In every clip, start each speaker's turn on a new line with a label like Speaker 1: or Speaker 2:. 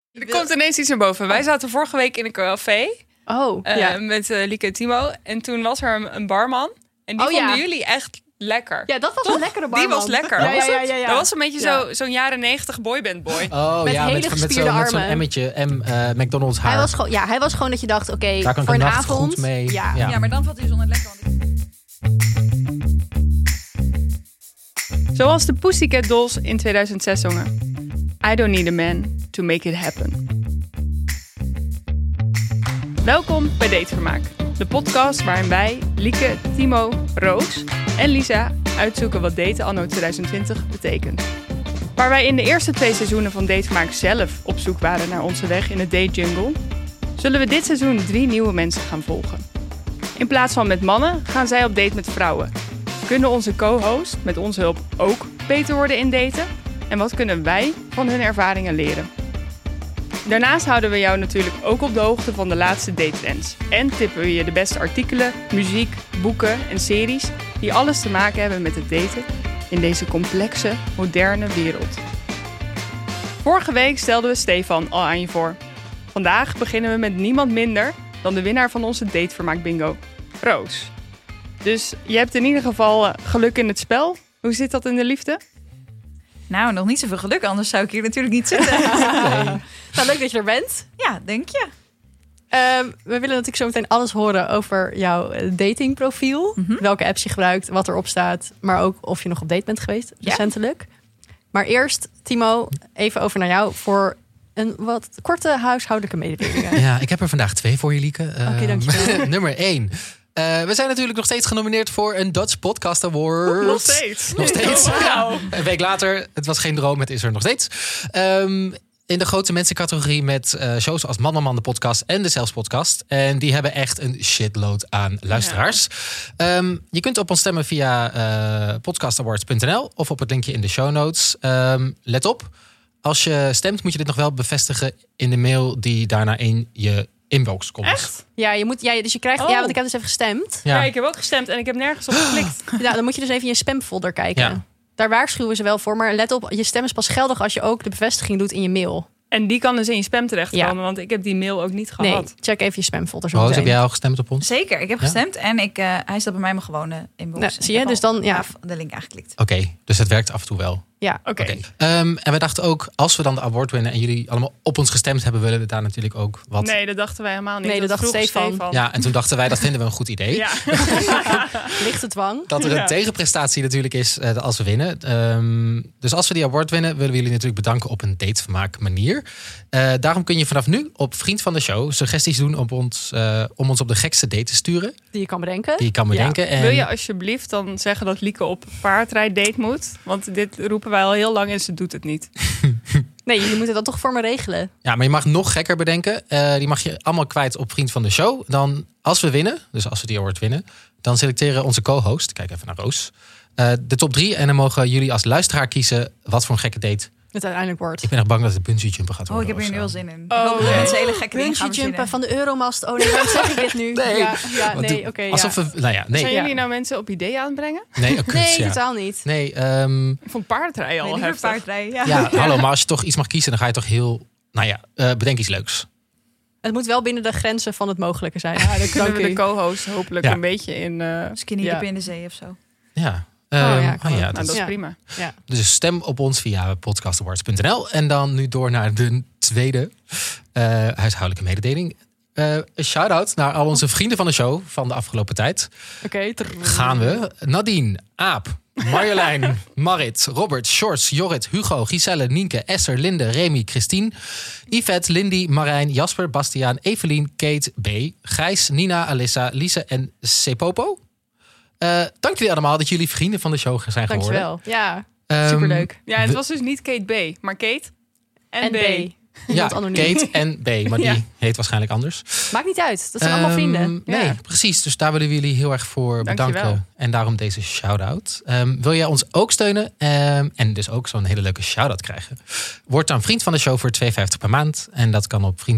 Speaker 1: Er komt ineens iets naar boven. Wij zaten vorige week in een café met Lieke en Timo. En toen was er een barman. En die vonden jullie echt lekker.
Speaker 2: Ja, dat was een lekkere barman.
Speaker 1: Die was lekker.
Speaker 2: Ja.
Speaker 1: Dat was een beetje zo'n jaren 90 boyband boy.
Speaker 3: Oh
Speaker 2: met
Speaker 3: ja,
Speaker 2: hele
Speaker 3: met
Speaker 2: gespierde armen.
Speaker 3: zo'n emmetje en McDonald's haar.
Speaker 2: Hij was gewoon dat je dacht, oké,
Speaker 3: daar kan
Speaker 2: voor
Speaker 3: ik
Speaker 2: een
Speaker 3: nacht
Speaker 2: avond.
Speaker 3: Goed mee.
Speaker 4: Ja, maar dan valt hij zonder lekker.
Speaker 1: Zoals de Pussycat Dolls in 2006 zongen. I don't need a man to make it happen. Welkom bij Datevermaak. De podcast waarin wij, Lieke, Timo, Roos en Lisa uitzoeken wat daten anno 2020 betekent. Waar wij in de eerste 2 seizoenen van Datevermaak zelf op zoek waren naar onze weg in de date jungle, zullen we dit seizoen 3 nieuwe mensen gaan volgen. In plaats van met mannen gaan zij op date met vrouwen. Kunnen onze co-host met onze hulp ook beter worden in daten? En wat kunnen wij van hun ervaringen leren? Daarnaast houden we jou natuurlijk ook op de hoogte van de laatste datetrends. En tippen we je de beste artikelen, muziek, boeken en series die alles te maken hebben met het daten in deze complexe, moderne wereld. Vorige week stelden we Stefan al aan je voor. Vandaag beginnen we met niemand minder dan de winnaar van onze Datevermaak bingo, Roos. Dus je hebt in ieder geval geluk in het spel. Hoe zit dat in de liefde?
Speaker 4: Nou, nog niet zoveel geluk, anders zou ik hier natuurlijk niet zitten.
Speaker 2: Nou, leuk dat je er bent.
Speaker 4: Ja, denk je.
Speaker 2: We willen natuurlijk zo meteen alles horen over jouw datingprofiel.
Speaker 4: Mhm.
Speaker 2: Welke apps je gebruikt, wat erop staat. Maar ook of je nog op date bent geweest, recentelijk. Maar eerst, Timo, even over naar jou voor een wat korte huishoudelijke mededelingen.
Speaker 3: Ja, ik heb er vandaag 2 voor je, Lieke.
Speaker 2: Oké, dankjewel.
Speaker 3: Nummer 1. We zijn natuurlijk nog steeds genomineerd voor een Dutch Podcast Award.
Speaker 1: Nog steeds.
Speaker 3: Nog steeds.
Speaker 1: Oh, wow.
Speaker 3: Een week later, het was geen droom, het is er nog steeds. In de grote mensencategorie met shows als Man de podcast en de Zelfs podcast. En die hebben echt een shitload aan luisteraars. Je kunt op ons stemmen via podcastawards.nl of op het linkje in de show notes. Let op, als je stemt moet je dit nog wel bevestigen in de mail die daarna in je inbox komt.
Speaker 1: Echt?
Speaker 2: Ja, dus je krijgt. Ja, want ik heb dus even gestemd.
Speaker 1: Ja, ik heb ook gestemd en ik heb nergens op geklikt.
Speaker 2: Ja, dan moet je dus even in je spamfolder kijken.
Speaker 3: Ja.
Speaker 2: Daar waarschuwen ze wel voor. Maar let op, je stem is pas geldig als je ook de bevestiging doet in je mail.
Speaker 1: En die kan dus in je spam terechtkomen,
Speaker 2: Ja.
Speaker 1: want ik heb die mail ook niet
Speaker 2: Nee,
Speaker 1: gehad.
Speaker 2: check even je spamfolder.
Speaker 3: Roos, heb jij al gestemd op ons?
Speaker 4: Zeker, ik heb gestemd en hij staat bij mij mijn gewone inbox.
Speaker 2: Nou,
Speaker 4: En
Speaker 2: zie
Speaker 4: ik
Speaker 2: je,
Speaker 4: heb
Speaker 2: dus
Speaker 4: al
Speaker 2: dan, ja.
Speaker 4: de link aangeklikt.
Speaker 3: Oké, dus het werkt af en toe wel.
Speaker 2: Ja,
Speaker 1: Oké.
Speaker 3: En we dachten ook, als we dan de award winnen en jullie allemaal op ons gestemd hebben, willen we daar natuurlijk ook wat.
Speaker 1: Nee, dat dachten wij helemaal niet.
Speaker 2: Nee, dat dacht
Speaker 1: vroeg
Speaker 2: Stefan.
Speaker 3: Ja, en toen dachten wij, dat vinden we een goed idee.
Speaker 1: Ja.
Speaker 2: lichte dwang.
Speaker 3: Dat er een
Speaker 1: Ja.
Speaker 3: tegenprestatie natuurlijk is als we winnen. Dus als we die award winnen, willen we jullie natuurlijk bedanken op een datevermaak manier. Daarom kun je vanaf nu op Vriend van de Show suggesties doen op ons, om ons op de gekste date te sturen.
Speaker 2: Die je kan bedenken.
Speaker 3: Die je kan bedenken. En
Speaker 1: Wil je alsjeblieft dan zeggen dat Lieke op paardrijd moet? Want dit roepen wij al heel lang en ze doet het niet.
Speaker 2: Nee, jullie moeten dat toch voor me regelen.
Speaker 3: Ja, maar je mag nog gekker bedenken. Die mag je allemaal kwijt op Vriend van de Show. Dan, als we winnen, dus als we die award winnen, dan selecteren onze co-host, kijk even naar Roos, de top 3. En dan mogen jullie als luisteraar kiezen wat voor een gekke date.
Speaker 2: Het uiteindelijk wordt.
Speaker 3: Ik ben echt bang dat het bungee jumpen gaat
Speaker 4: Oh,
Speaker 3: worden.
Speaker 4: ik heb hier nu
Speaker 3: of
Speaker 4: heel
Speaker 3: zo.
Speaker 4: zin in. Ik hoop dat mensen hele gekke dingen gaan
Speaker 2: Bungee jumpen
Speaker 4: verzinnen.
Speaker 2: van de Euromast. Oh nee, waarom zeg ik dit nu?
Speaker 3: Nee.
Speaker 2: Ja,
Speaker 3: Want
Speaker 2: nee, oké.
Speaker 3: Alsof we, nou ja, nee.
Speaker 1: Zijn
Speaker 2: Ja.
Speaker 1: jullie nou mensen op ideeën aanbrengen?
Speaker 3: Nee, kut,
Speaker 2: Nee,
Speaker 3: ja.
Speaker 2: totaal niet.
Speaker 3: Nee,
Speaker 1: Ik vond paardrijden al
Speaker 4: Nee, liever
Speaker 1: heftig.
Speaker 4: paardrijden. Ja.
Speaker 3: ja, hallo, maar als je toch iets mag kiezen, dan ga je toch heel, bedenk iets leuks.
Speaker 2: Het moet wel binnen de grenzen van het mogelijke zijn.
Speaker 1: Ja, dan kunnen we
Speaker 2: Dank
Speaker 1: de
Speaker 2: u.
Speaker 1: co-host hopelijk
Speaker 3: Ja.
Speaker 1: een beetje in...
Speaker 4: Skinny
Speaker 2: Ja.
Speaker 4: dip in de zee of zo.
Speaker 3: Ja.
Speaker 2: ja, kan.
Speaker 1: nou,
Speaker 3: dat
Speaker 1: dat
Speaker 3: is,
Speaker 1: is prima.
Speaker 2: Ja.
Speaker 3: dus stem op ons via podcastawards.nl. En dan nu door naar de tweede huishoudelijke mededeling. Een shout-out naar al onze vrienden van de show van de afgelopen tijd.
Speaker 2: Oké.
Speaker 3: Gaan we Nadine, Aap, Marjolein, Marit, Robert, Sjors, Jorrit, Hugo, Giselle, Nienke, Esther, Linde, Remy, Christine, Yvette, Lindy, Marijn, Jasper, Bastiaan, Evelien, Kate, B, Gijs, Nina, Alissa, Lise en Sepopo. Dank jullie allemaal dat jullie vrienden van de show zijn geworden.
Speaker 2: Dankjewel. Ja,
Speaker 3: Ehm,
Speaker 2: superleuk.
Speaker 1: Ja, het was dus niet Kate B, maar Kate en B.
Speaker 3: Ja,
Speaker 2: Iemand anoniem.
Speaker 3: Kate en B, maar die
Speaker 1: Ja.
Speaker 3: heet waarschijnlijk anders.
Speaker 2: Maakt niet uit. Dat zijn allemaal vrienden.
Speaker 3: Nee,
Speaker 1: Ja.
Speaker 3: precies. Dus daar willen we jullie heel erg voor
Speaker 1: Dankjewel.
Speaker 3: bedanken. En daarom deze shout-out. Wil jij ons ook steunen en dus ook zo'n hele leuke shout-out krijgen? Word dan vriend van de show voor €2,50 per maand. En dat kan op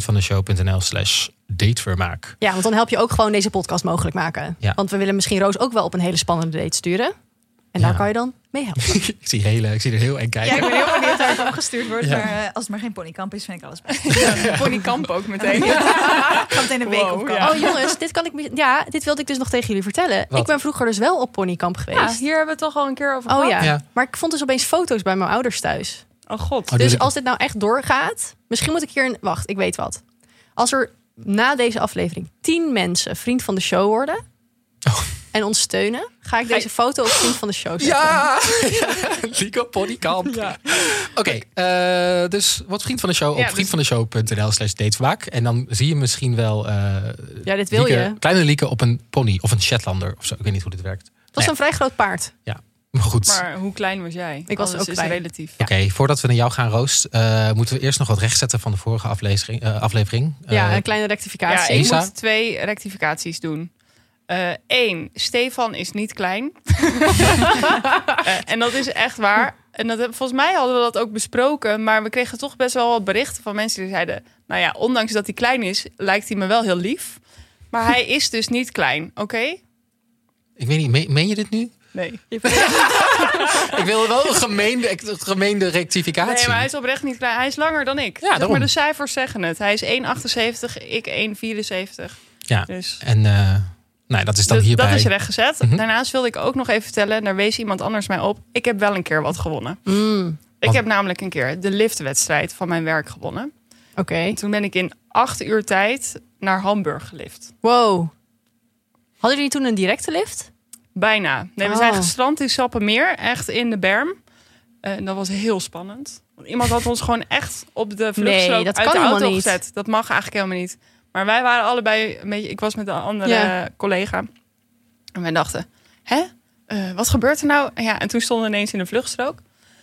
Speaker 3: vriendvandeshow.nl/datevermaak.
Speaker 2: Ja, want dan help je ook gewoon deze podcast mogelijk maken.
Speaker 3: Ja.
Speaker 2: Want we willen misschien Roos ook wel op een hele spannende date sturen. En daar
Speaker 3: Ja.
Speaker 2: kan je dan mee helpen?
Speaker 3: ik zie er heel eng kijken.
Speaker 4: Ja, ik ben heel benieuwd waar het opgestuurd wordt.
Speaker 3: Ja.
Speaker 4: Maar als het maar geen ponykamp is, vind ik alles best.
Speaker 1: Ponykamp ook meteen.
Speaker 4: Ik ga meteen een week
Speaker 1: Wow,
Speaker 4: op
Speaker 1: ja.
Speaker 4: kamp.
Speaker 2: Oh jongens, dit wilde ik dus nog tegen jullie vertellen.
Speaker 3: Wat?
Speaker 2: Ik ben vroeger dus wel op ponykamp
Speaker 1: Ja,
Speaker 2: geweest.
Speaker 1: hier hebben we het toch al een keer over
Speaker 2: Oh
Speaker 1: gehad.
Speaker 2: ja.
Speaker 3: Ja.
Speaker 2: Maar ik vond dus opeens foto's bij mijn ouders thuis.
Speaker 1: Oh god.
Speaker 3: Oh,
Speaker 2: Dus als dit nou echt doorgaat, misschien moet ik hier wacht, ik weet wat. Als er na deze aflevering 10 mensen vriend van de show worden en ons steunen, ga ik deze foto op vriend van de show zetten.
Speaker 3: Ja! Lieke Ponykamp.
Speaker 1: Ja.
Speaker 3: Oké, dus word vriend van de show op
Speaker 1: Ja, dus-
Speaker 3: vriendvandeshow.nl/datevermaak. En dan zie je misschien wel
Speaker 2: Ja, dit wil je.
Speaker 3: kleine Lieke op een pony of een Shetlander of zo. Ik weet niet hoe dit werkt.
Speaker 2: Dat was een vrij groot paard.
Speaker 3: Maar goed.
Speaker 1: Maar hoe klein was jij?
Speaker 2: Ik was
Speaker 1: Alles
Speaker 2: ook
Speaker 1: is
Speaker 2: klein.
Speaker 1: relatief.
Speaker 3: Oké, voordat we naar jou gaan, Roos, moeten we eerst nog wat rechtzetten van de vorige aflevering.
Speaker 2: Ja, een kleine
Speaker 1: Ja,
Speaker 2: rectificatie.
Speaker 1: ik
Speaker 3: Lisa?
Speaker 1: moet 2 rectificaties doen. 1, Stefan is niet klein. En dat is echt waar. En volgens mij hadden we dat ook besproken. Maar we kregen toch best wel wat berichten van mensen die zeiden... nou ja, ondanks dat hij klein is, lijkt hij me wel heel lief. Maar hij is dus niet klein, oké?
Speaker 3: Ik weet niet, meen je dit nu?
Speaker 1: Nee.
Speaker 3: Ik wil wel een gemeende rectificatie.
Speaker 1: Nee, maar hij is oprecht niet klein. Hij is langer dan ik.
Speaker 3: Ja,
Speaker 1: Zeg
Speaker 3: daarom.
Speaker 1: maar de cijfers zeggen het. Hij is 1,78, ik 1,74.
Speaker 3: Ja,
Speaker 1: Dus...
Speaker 3: en dat is dan hierbij.
Speaker 1: Dat is rechtgezet.
Speaker 3: Mhm.
Speaker 1: Daarnaast wilde ik ook nog even vertellen, en daar wees iemand anders mij op. Ik heb wel een keer wat gewonnen. Ik
Speaker 3: Wat?
Speaker 1: heb namelijk een keer de liftwedstrijd van mijn werk gewonnen.
Speaker 2: Oké.
Speaker 1: Toen ben ik in 8 uur tijd naar Hamburg gelift.
Speaker 2: Wow. Hadden jullie toen een directe lift?
Speaker 1: Bijna. Nee, we zijn gestrand in Sappemeer, echt in de berm. Dat was heel spannend. Want iemand had ons gewoon echt op de vluchtstrook
Speaker 2: Nee, dat
Speaker 1: uit
Speaker 2: kan
Speaker 1: de auto
Speaker 2: helemaal niet.
Speaker 1: gezet. Dat mag eigenlijk helemaal niet. Maar wij waren allebei een beetje... Ik was met een andere collega. En wij dachten, wat gebeurt er nou? Ja, en toen stonden we ineens in de vluchtstrook.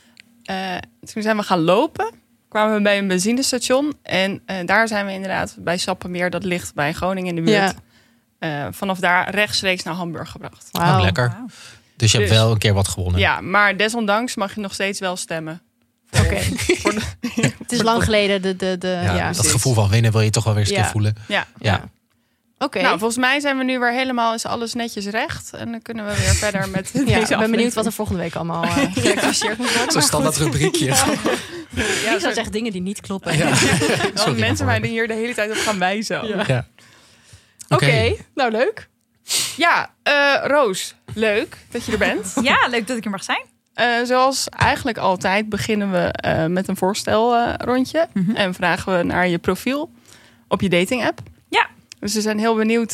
Speaker 1: Toen zijn we gaan lopen. Kwamen we bij een benzinestation. En daar zijn we inderdaad bij Sappemeer. Dat ligt bij Groningen in de buurt. Vanaf daar rechtstreeks naar Hamburg gebracht.
Speaker 2: Wauw.
Speaker 3: Oh, lekker.
Speaker 4: Wauw.
Speaker 3: Dus je hebt
Speaker 1: Dus-
Speaker 3: wel een keer wat gewonnen.
Speaker 1: Ja, maar desondanks mag je nog steeds wel stemmen.
Speaker 2: Oké.
Speaker 1: Voor de-
Speaker 2: Het is lang geleden.
Speaker 3: Ja, dat
Speaker 1: precies.
Speaker 3: gevoel van winnen wil je toch wel weer eens een
Speaker 2: Ja.
Speaker 3: keer voelen.
Speaker 1: Ja.
Speaker 3: Ja.
Speaker 2: Oké.
Speaker 1: Nou, volgens mij zijn we nu weer helemaal, is alles netjes recht. En dan kunnen we weer verder met
Speaker 2: Ja,
Speaker 1: deze
Speaker 2: ik ben benieuwd wat er
Speaker 1: aflevering.
Speaker 2: volgende week allemaal gerectificeerd moet worden.
Speaker 3: Zo'n standaard rubriekje.
Speaker 1: Ja,
Speaker 2: Ik zou zeggen dingen die niet kloppen.
Speaker 3: Ja.
Speaker 1: dan
Speaker 3: Sorry
Speaker 1: mensen
Speaker 3: daarvoor.
Speaker 1: mij hier de hele tijd op gaan wijzen.
Speaker 2: Ja.
Speaker 3: Ja.
Speaker 2: Oké, nou leuk.
Speaker 1: Ja, Roos, leuk dat je er bent.
Speaker 4: Ja, leuk dat ik er mag zijn.
Speaker 1: Zoals eigenlijk altijd beginnen we met een voorstelrondje.
Speaker 4: Mhm.
Speaker 1: En vragen we naar je profiel op je dating app.
Speaker 4: Ja.
Speaker 1: Dus we zijn heel benieuwd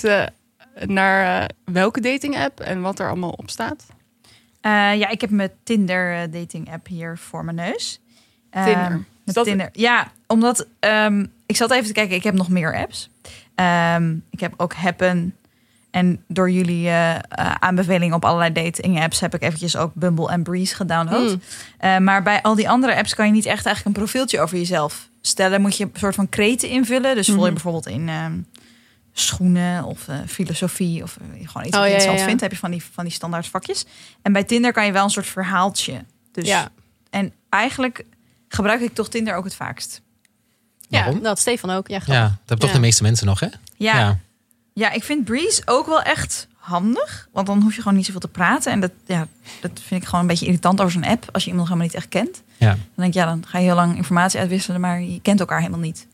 Speaker 1: naar welke dating app en wat er allemaal op staat.
Speaker 4: Ja, ik heb mijn Tinder dating app hier voor mijn neus.
Speaker 1: Tinder. Is
Speaker 4: Met
Speaker 1: dat-
Speaker 4: Tinder. Ja, omdat ik zat even te kijken. Ik heb nog meer apps. Ik heb ook Happen. En door jullie aanbeveling op allerlei dating apps heb ik eventjes ook Bumble en Breeze gedownload. Maar bij al die andere apps kan je niet echt eigenlijk een profieltje over jezelf stellen. Moet je een soort van kreten invullen. Dus vul je bijvoorbeeld in schoenen of filosofie of gewoon iets wat je interessant vindt. Heb je van die standaard vakjes. En bij Tinder kan je wel een soort verhaaltje. Dus,
Speaker 2: Ja.
Speaker 4: En eigenlijk gebruik ik toch Tinder ook het vaakst.
Speaker 2: Ja,
Speaker 3: Waarom?
Speaker 2: dat Stefan ook. Ja,
Speaker 3: Ja, dat hebben toch
Speaker 2: Ja.
Speaker 3: de meeste mensen nog, hè?
Speaker 4: Ja, ik vind Breeze ook wel echt handig. Want dan hoef je gewoon niet zoveel te praten. En dat vind ik gewoon een beetje irritant over zo'n app. Als je iemand helemaal niet echt kent.
Speaker 3: Ja.
Speaker 4: Dan denk ik, dan ga je heel lang informatie uitwisselen. Maar je kent elkaar helemaal niet.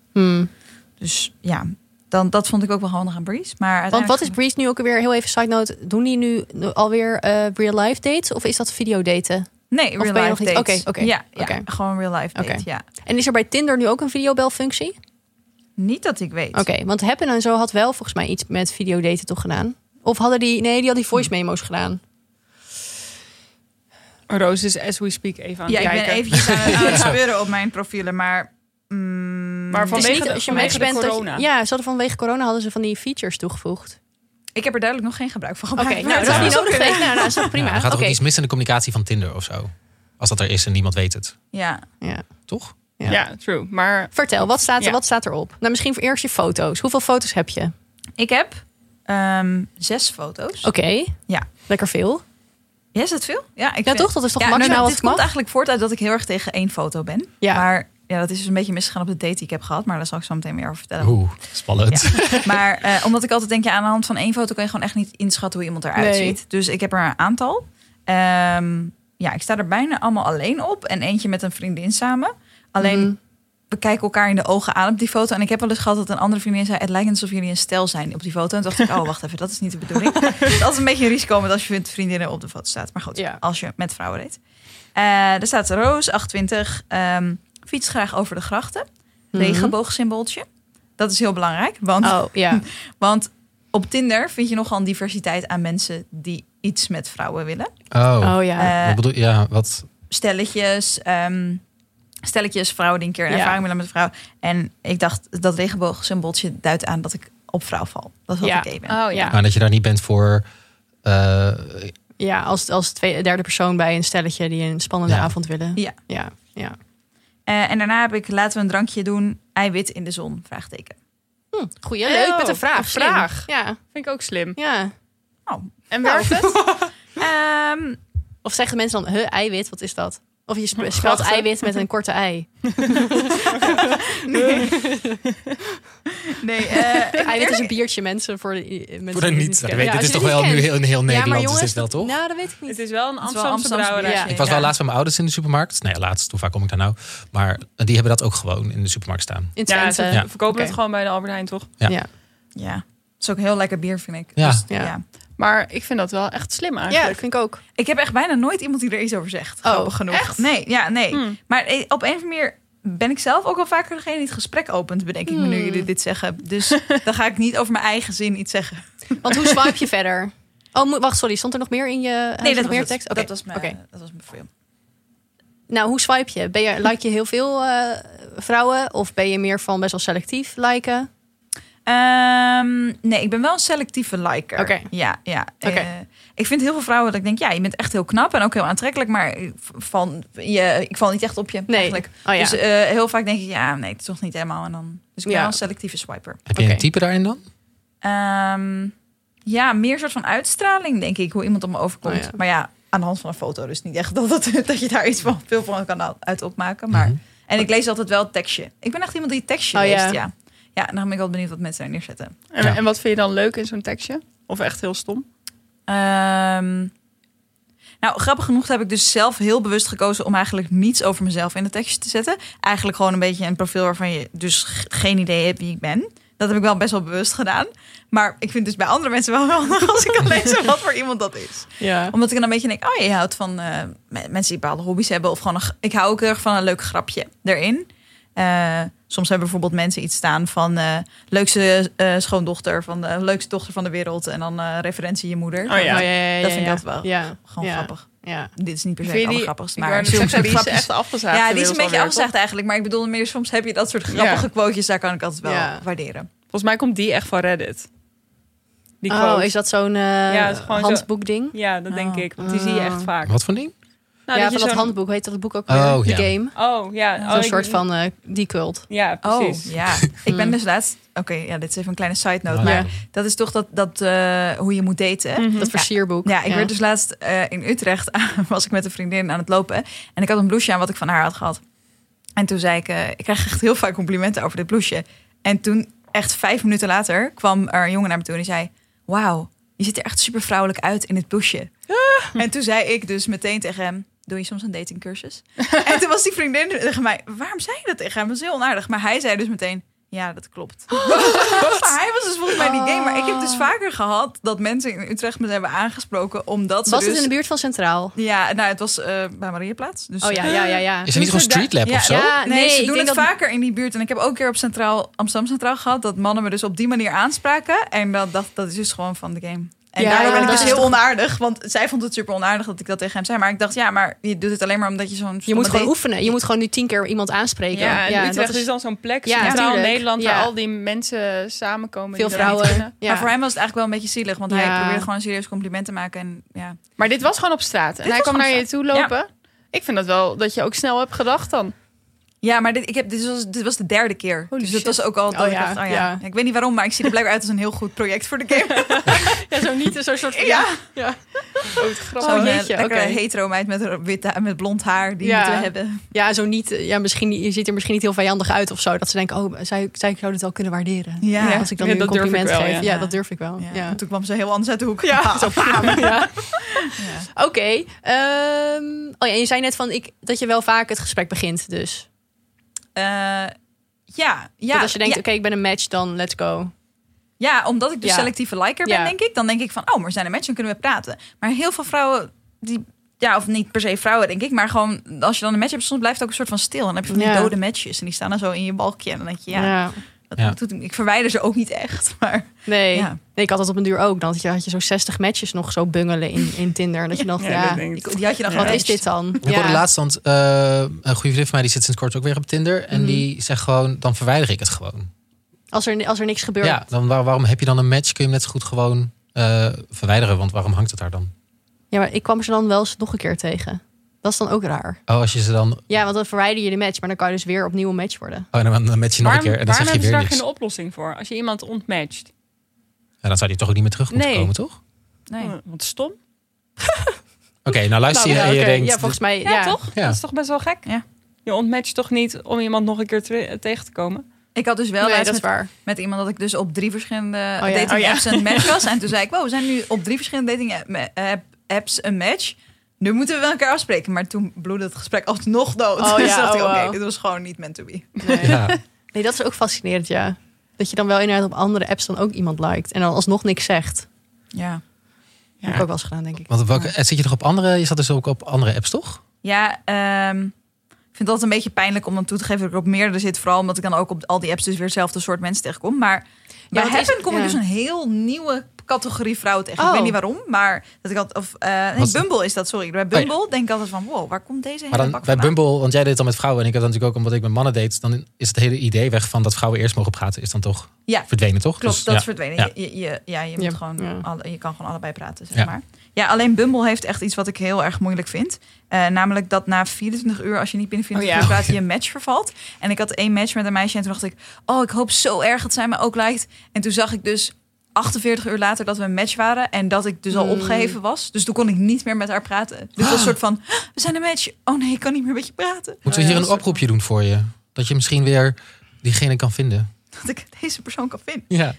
Speaker 4: Dus ja, dat vond ik ook wel handig aan Breeze. Maar
Speaker 2: Want wat is Breeze nu ook weer, heel even side note, doen die nu alweer real life dates? Of is dat video daten?
Speaker 4: Nee,
Speaker 2: Of
Speaker 4: real
Speaker 2: ben je
Speaker 4: life
Speaker 2: nog niet-
Speaker 4: dates.
Speaker 2: Oké.
Speaker 4: Ja,
Speaker 2: Oké.
Speaker 4: gewoon real life date,
Speaker 2: Oké.
Speaker 4: ja.
Speaker 2: En is er bij Tinder nu ook een videobelfunctie?
Speaker 4: Niet dat ik weet.
Speaker 2: Oké, want Happen en zo had wel volgens mij iets met videodaten toch gedaan? Of hadden die had die voice memo's gedaan?
Speaker 1: Roos is as we speak even aan
Speaker 4: Ja,
Speaker 1: het
Speaker 4: ik ben
Speaker 1: kijken.
Speaker 4: eventjes aan het speuren op mijn profielen. Maar
Speaker 1: Maar
Speaker 2: Het is
Speaker 1: vanwege
Speaker 2: niet als je
Speaker 1: vanwege
Speaker 2: match bent
Speaker 1: de
Speaker 2: dat
Speaker 1: corona.
Speaker 2: je, ja, ze hadden vanwege corona hadden ze van die features toegevoegd.
Speaker 4: ik heb er duidelijk nog geen gebruik van
Speaker 2: Oké,
Speaker 4: gemaakt.
Speaker 2: nou, dat is
Speaker 3: Ja.
Speaker 2: niet nodig. Nou, dat is toch
Speaker 3: Ja,
Speaker 2: prima.
Speaker 3: er gaat
Speaker 2: Oké.
Speaker 3: ook iets mis in de communicatie van Tinder of zo. Als dat er is en niemand weet het.
Speaker 4: Ja.
Speaker 2: Ja.
Speaker 3: Toch?
Speaker 1: Ja, true. Maar
Speaker 2: Vertel, wat staat erop? Nou, misschien voor eerst je foto's. Hoeveel foto's heb je?
Speaker 4: Ik heb 6 foto's.
Speaker 2: Oké.
Speaker 4: Ja.
Speaker 2: Lekker veel.
Speaker 4: Ja, is dat veel? Ja, ik
Speaker 2: Ja, toch? Dat is toch
Speaker 4: Ja,
Speaker 2: maximaal
Speaker 4: nou,
Speaker 2: wat
Speaker 4: dit
Speaker 2: ik
Speaker 4: komt
Speaker 2: mag?
Speaker 4: eigenlijk voort uit dat ik heel erg tegen 1 foto ben.
Speaker 2: Ja.
Speaker 4: Maar ja, dat is dus een beetje misgegaan op de date die ik heb gehad. Maar daar zal ik zo meteen meer over vertellen.
Speaker 3: Oeh, spannend.
Speaker 4: Ja. Maar omdat ik altijd denk, aan de hand van 1 foto kan je gewoon echt niet inschatten hoe iemand eruit
Speaker 2: Nee.
Speaker 4: ziet. Dus ik heb er een aantal. ik sta er bijna allemaal alleen op. En eentje met een vriendin samen. Alleen, we kijken elkaar in de ogen aan op die foto. En ik heb wel eens gehad dat een andere vriendin zei... het lijkt alsof jullie een stel zijn op die foto. En toen dacht ik, wacht even, dat is niet de bedoeling. Dus dat is een beetje een risico met als je met vriendinnen op de foto staat. Maar goed, als je met vrouwen reed. Er staat Roos, 28, fietst graag over de grachten. Regenboogsymbooltje. Dat is heel belangrijk. Want op Tinder vind je nogal een diversiteit aan mensen... die iets met vrouwen willen.
Speaker 3: Ik bedoel, wat...
Speaker 4: Stelletjes, vrouwen die een keer een ervaring willen met een vrouw. En ik dacht, dat regenboogsymbooltje duidt aan dat ik op vrouw val. Dat is wat ik ben.
Speaker 3: Maar dat je daar niet bent voor...
Speaker 2: als derde persoon bij een stelletje die een spannende avond willen. Ja.
Speaker 4: En daarna heb ik, laten we een drankje doen, eiwit in de zon, vraagteken.
Speaker 2: Goeie, leuk, met een vraag.
Speaker 1: Een vraag.
Speaker 2: Ja.
Speaker 1: Vind ik ook slim.
Speaker 2: Ja.
Speaker 1: En werkt het?
Speaker 2: Of zeggen mensen dan, eiwit, wat is dat? Of je spelt eiwit met een korte ei.
Speaker 4: Nee,
Speaker 2: eiwit is een biertje, mensen. Voor de
Speaker 3: niet. Dit is toch wel nu heel Nederland.
Speaker 2: Ja, maar
Speaker 3: jongens, is wel toch?
Speaker 2: Nou, dat weet ik niet.
Speaker 1: Het is wel een Amsterdamse brouwerij.
Speaker 3: Ja. Ik was wel laatst bij mijn ouders in de supermarkt. Nee, laatst, hoe vaak kom ik daar nou? Maar die hebben dat ook gewoon in de supermarkt staan.
Speaker 2: In Twente.
Speaker 1: Ze verkopen het gewoon bij de Albert Heijn, toch?
Speaker 4: Ja. Het is ook heel lekker bier, vind ik.
Speaker 3: Ja.
Speaker 4: Dus,
Speaker 1: Maar ik vind dat wel echt slim eigenlijk.
Speaker 2: Ja, vind ik ook.
Speaker 4: Ik heb echt bijna nooit iemand die er iets over zegt. Grappig genoeg.
Speaker 1: Echt?
Speaker 4: Nee. Maar op een of andere manier ben ik zelf ook wel vaker degene die het gesprek opent, bedenk ik me nu jullie dit zeggen. Dus dan ga ik niet over mijn eigen zin iets zeggen.
Speaker 2: Want hoe swipe je verder? Wacht, sorry. Stond er nog meer in je
Speaker 4: Nee, dat was
Speaker 2: meer
Speaker 4: het.
Speaker 2: tekst?
Speaker 4: Dat was mijn film.
Speaker 2: Nou, hoe swipe je? Like je heel veel vrouwen? Of ben je meer van best wel selectief liken?
Speaker 4: Nee, ik ben wel een selectieve liker.
Speaker 2: Oké.
Speaker 4: Ja. Ik vind heel veel vrouwen dat ik denk, je bent echt heel knap en ook heel aantrekkelijk, maar ik val niet echt op je eigenlijk. Dus heel vaak denk ik, het is toch niet helemaal. En dan, dus ik ben wel een selectieve swiper.
Speaker 3: Heb je een type daarin dan?
Speaker 4: Meer soort van uitstraling, denk ik, hoe iemand op me overkomt. Maar aan de hand van een foto, dus niet echt dat je daar iets van veel van kan uit opmaken. Maar en ik lees altijd wel het tekstje. Ik ben echt iemand die het tekstje leest, Ja, dan ben ik wel benieuwd wat mensen daar neerzetten.
Speaker 1: En wat vind je dan leuk in zo'n tekstje? Of echt heel stom?
Speaker 4: Grappig genoeg heb ik dus zelf heel bewust gekozen om eigenlijk niets over mezelf in de tekstje te zetten. Eigenlijk gewoon een beetje een profiel waarvan je dus geen idee hebt wie ik ben. Dat heb ik wel best wel bewust gedaan. Maar ik vind dus bij andere mensen wel handig als ik kan lezen wat voor iemand dat is.
Speaker 2: Ja.
Speaker 4: Omdat ik dan een beetje denk, je houdt van mensen die bepaalde hobby's hebben. Of gewoon ik hou ook heel erg van een leuk grapje erin. Soms hebben bijvoorbeeld mensen iets staan van leukste schoondochter, van de leukste dochter van de wereld. En dan referentie je moeder. Dat vind ik altijd wel gewoon grappig. Ja. Dit is niet per se het allergrappigste. Maar
Speaker 1: soms die is echt afgezaagd.
Speaker 4: Ja, die is een beetje afgezaagd eigenlijk. Maar ik bedoel meer, soms heb je dat soort grappige quotejes. Daar kan ik altijd wel waarderen.
Speaker 1: Volgens mij komt die echt van Reddit. Die quote.
Speaker 2: Is dat zo'n handboekding?
Speaker 1: Ja, dat denk ik. Want die zie je echt vaak.
Speaker 3: Wat voor ding?
Speaker 2: Van dat handboek, heet dat het boek ook weer? The Game. Zo'n soort van die cult.
Speaker 1: Ja, precies.
Speaker 4: Ik ben dus laatst... dit is even een kleine side note. Maar dat is toch dat hoe je moet daten.
Speaker 2: Dat versierboek.
Speaker 4: Ja, ik werd dus laatst in Utrecht... was ik met een vriendin aan het lopen. En ik had een blouseje aan wat ik van haar had gehad. En toen zei ik... ik krijg echt heel vaak complimenten over dit blouseje. En toen, echt 5 minuten later... kwam er een jongen naar me toe en die zei... Wauw, je ziet er echt super vrouwelijk uit in het blouseje. En toen zei ik dus meteen tegen hem... Doe je soms een datingcursus? En toen was die vriendin tegen mij... Waarom zei je dat tegen hem? Dat is heel onaardig. Maar hij zei dus meteen... Ja, dat klopt. Maar hij was dus volgens mij die game. Maar ik heb dus vaker gehad... dat mensen in Utrecht me hebben aangesproken... omdat ze
Speaker 2: was het in de buurt van Centraal?
Speaker 4: Ja, het was bij Mariaplaats. Dus,
Speaker 2: ja.
Speaker 3: Is er niet gewoon Street Lab of zo?
Speaker 4: Ja, nee, ze doen het vaker in die buurt. En ik heb ook een keer op Amsterdam Centraal gehad... dat mannen me dus op die manier aanspraken. En dat is dus gewoon van de game. En daardoor ben ik dus heel onaardig. Want zij vond het super onaardig dat ik dat tegen hem zei. Maar ik dacht, maar je doet het alleen maar omdat je zo'n...
Speaker 2: Je moet gewoon oefenen. Je moet gewoon nu 10 keer iemand aanspreken.
Speaker 1: Ja, en Utrecht is dan zo'n plek. Centraal Nederland, waar al die mensen samenkomen.
Speaker 2: Veel vrouwen.
Speaker 4: Maar voor hem was het eigenlijk wel een beetje zielig. Want hij probeerde gewoon een serieus compliment te maken. En,
Speaker 1: Maar dit was gewoon op straat. En hij kwam naar je toe lopen. Ik vind dat wel dat je ook snel hebt gedacht dan.
Speaker 4: Ja, maar dit was de derde keer.
Speaker 1: Holy
Speaker 4: dus dat
Speaker 1: shit.
Speaker 4: was ook al... dat ik dacht,
Speaker 2: ja.
Speaker 4: Ik weet niet waarom, maar ik zie er blijkbaar uit als een heel goed project voor de game.
Speaker 2: Ja, zo niet zo'n soort van...
Speaker 4: Ja.
Speaker 2: Ja.
Speaker 4: Zo'n
Speaker 2: Oh, jeetje,
Speaker 4: lekkere
Speaker 2: oké.
Speaker 4: hetero meid met blond haar, die
Speaker 2: Ja.
Speaker 4: moeten we hebben.
Speaker 2: Ja, zo niet. Ja, misschien, je ziet er misschien niet heel vijandig uit of zo. Dat ze denken, oh, zij zou dit wel kunnen waarderen.
Speaker 4: Ja.
Speaker 2: Als ik dan
Speaker 1: Ja,
Speaker 2: nu een
Speaker 1: dat durf ik
Speaker 2: compliment
Speaker 1: wel,
Speaker 2: geef.
Speaker 1: ja.
Speaker 2: Ja, dat durf ik wel.
Speaker 4: Ja.
Speaker 2: Ja.
Speaker 4: En toen kwam ze heel anders uit de hoek.
Speaker 2: Ja, zo bam. Ja.
Speaker 4: Ja.
Speaker 2: Oké. Oh ja, je zei net dat je wel vaak het gesprek begint, dus.
Speaker 4: Ja.
Speaker 2: Dat als je denkt,
Speaker 4: ja.
Speaker 2: oké, ik ben een match, dan let's go.
Speaker 4: Ja, omdat ik dus
Speaker 2: Ja.
Speaker 4: selectieve liker ben,
Speaker 2: Ja.
Speaker 4: denk ik. Dan denk ik van, maar we zijn een match, dan kunnen we praten. Maar heel veel vrouwen, of niet per se vrouwen, denk ik. Maar gewoon, als je dan een match hebt, soms blijft het ook een soort van stil. En dan heb je van die
Speaker 2: Ja.
Speaker 4: dode matches. En die staan dan zo in je balkje. En dan denk je,
Speaker 2: Ja.
Speaker 4: ik verwijder ze ook niet echt. Maar
Speaker 2: Nee.
Speaker 4: Ja.
Speaker 2: Nee, ik had dat op een duur ook. Dan had je zo 60 matches nog zo bungelen in Tinder. En dat je dacht,
Speaker 1: Ja, dat
Speaker 2: ja,
Speaker 1: denk ik.
Speaker 4: die had je dan
Speaker 2: wat
Speaker 4: gewoon
Speaker 2: is dit dan?
Speaker 3: Ik hoorde laatst, want een goede vriend van mij die zit sinds kort ook weer op Tinder. En die zegt gewoon, dan verwijder ik het gewoon.
Speaker 2: Als er niks gebeurt.
Speaker 3: Ja, dan waarom heb je dan een match? Kun je hem net zo goed gewoon verwijderen? Want waarom hangt het daar dan?
Speaker 2: Ja, maar ik kwam er dan wel eens nog een keer tegen. Dat is dan ook raar.
Speaker 3: Oh, als je ze dan...
Speaker 2: Ja, want dan verwijder je de match, maar dan kan je dus weer opnieuw een match worden.
Speaker 3: Oh, dan match je nog een keer en dan zeg je
Speaker 1: hebben
Speaker 3: weer
Speaker 1: ze daar
Speaker 3: niks.
Speaker 1: geen oplossing voor? Als je iemand ontmatcht.
Speaker 3: Ja, dan zou die toch ook niet meer terug moeten
Speaker 1: Nee.
Speaker 3: komen, toch?
Speaker 4: Nee.
Speaker 1: Wat stom.
Speaker 3: Oké, nou luister je
Speaker 2: Nou,
Speaker 3: en je
Speaker 2: oké.
Speaker 3: denkt...
Speaker 2: Ja, volgens mij,
Speaker 1: Ja, toch?
Speaker 3: Ja.
Speaker 1: Dat is toch best wel gek?
Speaker 4: Ja.
Speaker 1: Je ontmatcht toch niet om iemand nog een keer tegen te komen?
Speaker 4: Ik had dus wel
Speaker 2: Nee,
Speaker 4: laatst
Speaker 2: dat is waar.
Speaker 4: met iemand dat ik dus op 3 verschillende
Speaker 2: ja.
Speaker 4: dating
Speaker 1: Oh ja.
Speaker 4: apps een match was. En toen zei ik, wow, we zijn nu op 3 verschillende dating apps een match. Nu moeten we wel een keer afspreken. Maar toen bloedde het gesprek alsnog dood.
Speaker 2: Oh
Speaker 4: dus
Speaker 2: ja,
Speaker 4: dacht ik,
Speaker 2: oh,
Speaker 4: oké,
Speaker 2: wow.
Speaker 4: dit was gewoon niet meant to be.
Speaker 2: Nee.
Speaker 3: Ja.
Speaker 2: Nee, dat is ook fascinerend, ja. Dat je dan wel inderdaad op andere apps dan ook iemand liked. En dan alsnog niks zegt.
Speaker 4: Ja.
Speaker 2: Dat heb ik ook wel eens gedaan, denk ik.
Speaker 3: Want zit je toch op andere... Je zat dus ook op andere apps, toch?
Speaker 4: Ja, ik vind dat een beetje pijnlijk om dan toe te geven dat ik op meerdere zit. Vooral omdat ik dan ook op al die apps dus weer hetzelfde soort mensen tegenkom. Maar bij
Speaker 2: wat is-
Speaker 4: Happen kom ik
Speaker 2: ja.
Speaker 4: dus een heel nieuwe categorie vrouw tegen.
Speaker 2: Oh.
Speaker 4: Ik weet niet waarom, maar dat ik altijd...
Speaker 3: Wat-
Speaker 4: Bumble is dat, sorry. Bij Bumble denk ik altijd van, wow, waar komt deze
Speaker 3: Maar
Speaker 4: hele
Speaker 3: dan
Speaker 4: bak
Speaker 3: bij
Speaker 4: vandaan?
Speaker 3: Bumble, want jij deed het dan met vrouwen... en ik heb dat natuurlijk ook omdat ik met mannen deed... dan is het hele idee weg van dat vrouwen eerst mogen praten... is dan toch
Speaker 4: Ja,
Speaker 3: verdwenen, toch?
Speaker 4: klopt,
Speaker 3: Dus,
Speaker 4: dat
Speaker 3: ja.
Speaker 4: is verdwenen.
Speaker 3: Ja.
Speaker 4: Je moet
Speaker 2: Ja,
Speaker 4: gewoon
Speaker 2: ja.
Speaker 4: je kan gewoon allebei praten, zeg
Speaker 3: Ja.
Speaker 4: maar. Ja, alleen Bumble heeft echt iets wat ik heel erg moeilijk vind. Namelijk dat na 24 uur, als je niet binnen 24 uur praat, je een match vervalt. En ik had 1 match met een meisje en toen dacht ik... oh, ik hoop zo erg dat zij me ook lijkt. En toen zag ik dus 48 uur later dat we een match waren... en dat ik dus al opgeheven was. Dus toen kon ik niet meer met haar praten. Dus het was een soort van, we zijn een match. Oh nee, ik kan niet meer met je praten.
Speaker 3: Moeten we hier een oproepje doen voor je? Dat je misschien weer diegene kan vinden.
Speaker 4: Dat ik deze persoon kan vinden.
Speaker 3: Ja.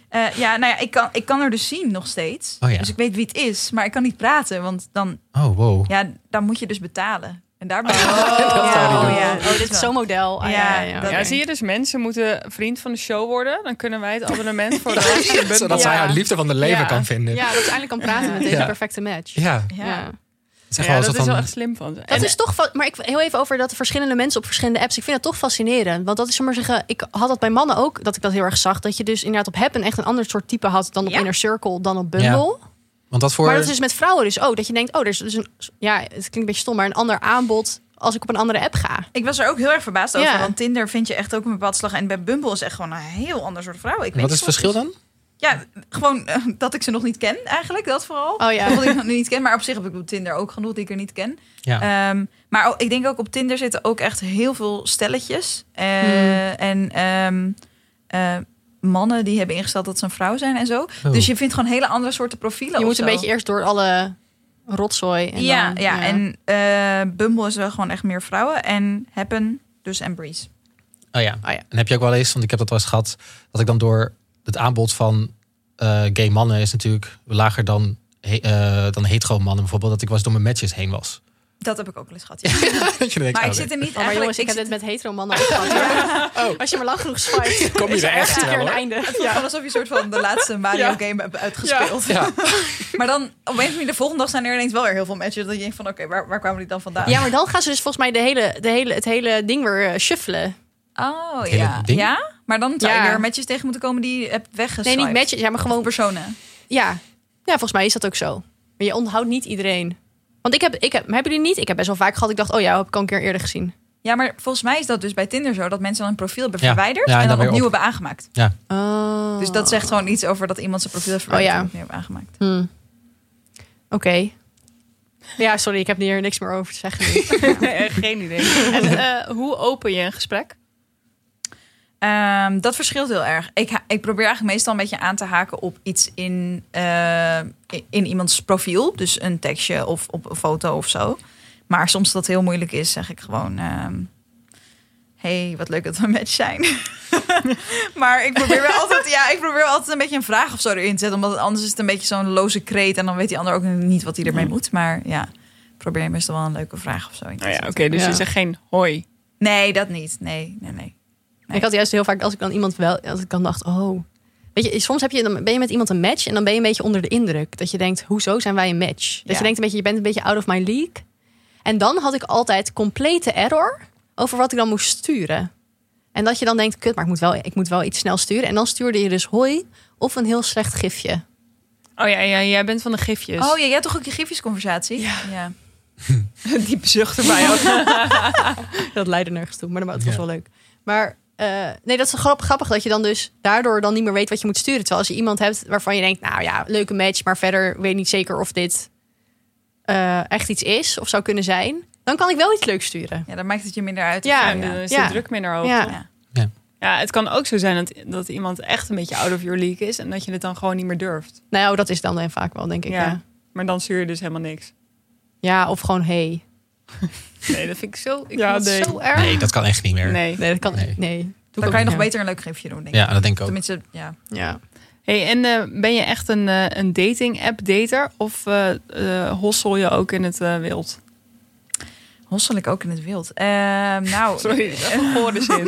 Speaker 4: Ik kan er dus zien nog steeds.
Speaker 3: Oh ja.
Speaker 4: Dus ik weet wie het is, maar ik kan niet praten. Want dan,
Speaker 3: Oh, wow.
Speaker 4: dan moet je dus betalen. En daar ben ik...
Speaker 3: zou die doen.
Speaker 2: Oh, dit is zo'n model. Ah,
Speaker 4: Ja, dat-
Speaker 1: Ja,
Speaker 4: Oké.
Speaker 1: zie je dus, mensen moeten vriend van de show worden. Dan kunnen wij het abonnement voor de Bumble.
Speaker 3: Zodat zij haar liefde van de leven
Speaker 2: Ja.
Speaker 3: kan vinden.
Speaker 2: Ja, dat ze eindelijk kan praten met deze
Speaker 3: Ja.
Speaker 2: perfecte match.
Speaker 3: Ja.
Speaker 2: Ja.
Speaker 3: Zeg
Speaker 1: Ja,
Speaker 3: wel
Speaker 1: dat
Speaker 3: zo
Speaker 1: is wel
Speaker 3: van...
Speaker 1: echt slim van ze.
Speaker 2: Dat is toch, maar ik heel even over dat verschillende mensen op verschillende apps. Ik vind dat toch fascinerend. Want dat is, maar zeggen, ik had dat bij mannen ook, dat ik dat heel erg zag. Dat je dus inderdaad op Happen echt een ander soort type had dan op
Speaker 4: Ja.
Speaker 2: Inner Circle, dan op Bumble.
Speaker 3: Want dat voor...
Speaker 2: Maar dat is dus met vrouwen dus ook. Dat je denkt, oh, er is dus het klinkt een beetje stom, maar een ander aanbod als ik op een andere app ga.
Speaker 4: Ik was er ook heel erg verbaasd over.
Speaker 2: Ja.
Speaker 4: Want Tinder vind je echt ook een bepaald slag. En bij Bumble is echt gewoon een heel ander soort vrouw. Ik weet
Speaker 3: Wat is het
Speaker 4: niet
Speaker 3: verschil dan?
Speaker 4: Ja, gewoon dat ik ze nog niet ken eigenlijk. Dat vooral.
Speaker 2: Oh ja.
Speaker 4: Dat ik nog niet ken. Maar op zich heb ik op Tinder ook genoeg die ik er niet ken.
Speaker 3: Ja.
Speaker 4: Maar ik denk ook op Tinder zitten ook echt heel veel stelletjes. Mannen die hebben ingesteld dat ze een vrouw zijn en zo.
Speaker 3: Oh.
Speaker 4: Dus je vindt gewoon hele andere soorten profielen.
Speaker 2: Je
Speaker 4: of
Speaker 2: moet een
Speaker 4: zo.
Speaker 2: beetje eerst door alle rotzooi. En
Speaker 4: Ja,
Speaker 2: dan,
Speaker 4: ja. En Bumble is wel gewoon echt meer vrouwen. En Happen, dus en Breeze.
Speaker 3: Oh ja.
Speaker 2: Oh ja.
Speaker 3: En heb je ook wel eens, want ik heb dat wel eens gehad... dat ik dan door het aanbod van gay mannen... is natuurlijk lager dan hetero mannen bijvoorbeeld... dat ik wel eens door mijn matches heen was.
Speaker 4: Dat heb ik ook wel eens gehad. Ja.
Speaker 3: Dat je denkt,
Speaker 4: Maar
Speaker 3: oh,
Speaker 4: ik zit er niet
Speaker 2: Oh, maar
Speaker 4: eigenlijk...
Speaker 2: jongens, ik heb dit met hetero mannen ook gehad. Ja. Als je maar lang genoeg swipe,
Speaker 3: Kom je
Speaker 2: is
Speaker 3: er echt
Speaker 2: ergens een keer
Speaker 3: wel,
Speaker 2: een
Speaker 3: hoor.
Speaker 2: einde.
Speaker 4: Het voelt gewoon alsof je een soort van de laatste Mario-game hebt uitgespeeld.
Speaker 3: Ja.
Speaker 4: Maar dan, op een of andere manier, de volgende dag zijn er ineens wel weer heel veel matches. Dat je denkt van, oké, waar kwamen die dan vandaan?
Speaker 2: Ja, maar dan gaan ze dus volgens mij het hele ding weer shuffelen.
Speaker 4: Oh,
Speaker 3: Het hele
Speaker 4: ja.
Speaker 3: ding?
Speaker 4: Ja? Maar dan zou je
Speaker 2: Ja.
Speaker 4: weer matches tegen moeten komen die je hebt weggeswiped.
Speaker 2: Nee, niet matches. Ja, maar gewoon...
Speaker 4: personen.
Speaker 2: Ja, volgens mij is dat ook zo. Maar je onthoudt niet iedereen. Want hebben jullie niet? Ik heb best wel vaak gehad. Ik dacht, oh ja, heb ik al een keer eerder gezien.
Speaker 4: Ja, maar volgens mij is dat dus bij Tinder zo. Dat mensen dan een profiel hebben
Speaker 3: Ja.
Speaker 4: verwijderd.
Speaker 3: Ja, en
Speaker 4: en
Speaker 3: dan
Speaker 4: dan
Speaker 3: weer
Speaker 4: opnieuw
Speaker 3: op.
Speaker 4: hebben aangemaakt.
Speaker 2: Oh.
Speaker 4: Dus dat zegt gewoon iets over dat iemand zijn profiel heeft verwijderd.
Speaker 2: ja.
Speaker 4: En opnieuw heeft aangemaakt.
Speaker 2: Oké. Ja, sorry, ik heb hier niks meer over te zeggen. nu.
Speaker 1: Nee, geen idee. En hoe open je een gesprek?
Speaker 4: Dat verschilt heel erg. Ik probeer eigenlijk meestal een beetje aan te haken op iets in iemands profiel. Dus een tekstje of op een foto of zo. Maar soms dat heel moeilijk is, zeg ik gewoon... hey, wat leuk dat we een match zijn. Maar ik probeer wel altijd een beetje een vraag of zo erin te zetten. Omdat anders is het een beetje zo'n loze kreet. En dan weet die ander ook niet wat hij ermee moet. Maar ja, probeer meestal wel een leuke vraag of zo in te zetten.
Speaker 1: Oké, dus je zegt geen hoi.
Speaker 4: Nee, dat niet. Nee.
Speaker 2: Ik had juist heel vaak, als ik dan iemand als ik dan dacht, weet je, soms dan ben je met iemand een match en dan ben je een beetje onder de indruk. Dat je denkt, hoezo zijn wij een match? Dat je denkt je bent een beetje out of my league. En dan had ik altijd complete error over wat ik dan moest sturen. En dat je dan denkt, kut, maar ik moet wel iets snel sturen. En dan stuurde je dus hoi of een heel slecht gifje.
Speaker 1: Oh ja, jij bent van de gifjes.
Speaker 4: Oh ja, jij hebt toch ook je gifjesconversatie? Ja.
Speaker 1: Diepe zucht erbij ook.
Speaker 2: Dat leidde nergens toe, maar het was wel leuk. Maar nee, dat is grappig dat je dan dus daardoor dan niet meer weet wat je moet sturen. Terwijl als je iemand hebt waarvan je denkt, nou ja, leuke match, maar verder weet je niet zeker of dit echt iets is of zou kunnen zijn. Dan kan ik wel iets leuks sturen.
Speaker 4: Ja, dan maakt het je minder uit.
Speaker 1: Ja, dan is de druk minder hoog.
Speaker 2: Ja.
Speaker 1: Ja, het kan ook zo zijn dat iemand echt een beetje out of your league is en dat je het dan gewoon niet meer durft.
Speaker 2: Nou, dat is dan vaak wel, denk ik. Ja.
Speaker 1: Maar dan stuur je dus helemaal niks.
Speaker 2: Ja, of gewoon hey.
Speaker 1: Nee, dat vind ik zo.
Speaker 2: Zo erg.
Speaker 3: Nee, dat kan echt niet meer.
Speaker 1: Nee,
Speaker 2: dat kan. Nee.
Speaker 4: Dan kan je nog beter een leuk gifje doen, denk ik.
Speaker 3: Ja, dat denk ik ook.
Speaker 4: Tenminste, ja.
Speaker 1: Hey, en ben je echt een dating app dater of hossel je ook in het wild?
Speaker 4: Hossel ik ook in het wild?
Speaker 1: Sorry, gehoorde zin.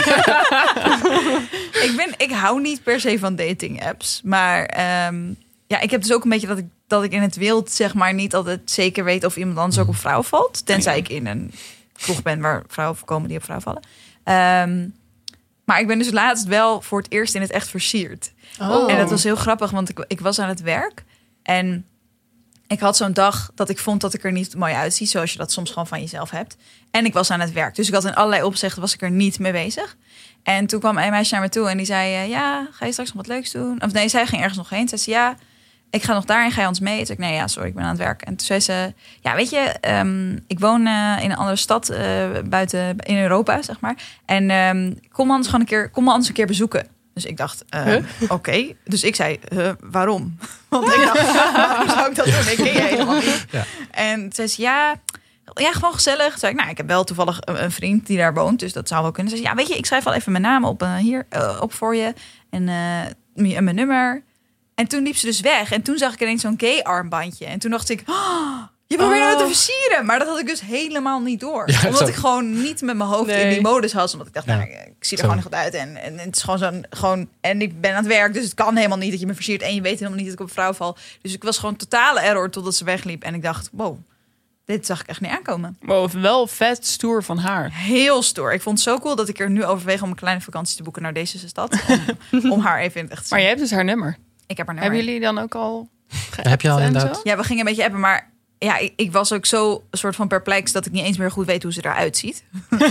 Speaker 4: Ik hou niet per se van dating apps. Maar ik heb dus ook een beetje dat ik in het wild zeg maar niet altijd zeker weet of iemand anders ook op vrouw valt. Tenzij ik in een kroeg ben waar vrouwen voorkomen die op vrouw vallen. Maar ik ben dus laatst wel voor het eerst in het echt versierd. En dat was heel grappig, want ik was aan het werk. En ik had zo'n dag dat ik vond dat ik er niet mooi uitzie. Zoals je dat soms gewoon van jezelf hebt. En ik was aan het werk. Dus ik had in allerlei opzichten was ik er niet mee bezig. En toen kwam een meisje naar me toe en die zei... ga je straks nog wat leuks doen? Of nee, zij ging ergens nog heen. Zij zei, ja, ik ga nog daarheen. Ga je ons mee? Toen zei ik, nee, ja, sorry, ik ben aan het werk. En toen zei ze, ja, weet je, ik woon in een andere stad buiten in Europa, zeg maar. En kom me anders een keer bezoeken. Dus ik dacht, oké. Dus ik zei, waarom? Want ik dacht, waarom zou ik dat doen? Ik ken je helemaal niet. Ja. En toen zei ze, ja, gewoon gezellig. Toen zei ik, ik heb wel toevallig een vriend die daar woont. Dus dat zou wel kunnen. Ze zei, ja, weet je, ik schrijf wel even mijn naam op hier op voor je. En mijn nummer. En toen liep ze dus weg. En toen zag ik ineens zo'n gay armbandje. En toen dacht ik, je probeert nou te versieren. Maar dat had ik dus helemaal niet door. Ja, omdat ik gewoon niet met mijn hoofd in die modus was. Omdat ik dacht, ik zie er gewoon niet goed uit. En het is gewoon en ik ben aan het werk. Dus het kan helemaal niet dat je me versiert. En je weet helemaal niet dat ik op een vrouw val. Dus ik was gewoon totale error totdat ze wegliep. En ik dacht, wow, dit zag ik echt niet aankomen.
Speaker 1: Wow, wel vet stoer van haar.
Speaker 4: Heel stoer. Ik vond het zo cool dat ik er nu overweeg om een kleine vakantie te boeken naar deze stad. Om haar even in het echt te zien.
Speaker 1: Maar je hebt dus haar nummer.
Speaker 4: Ik heb haar nummer.
Speaker 1: Hebben jullie dan ook al
Speaker 3: heb je al inderdaad?
Speaker 4: Ja, we gingen een beetje appen, maar ja, ik was ook zo een soort van perplex dat ik niet eens meer goed weet hoe ze eruit ziet.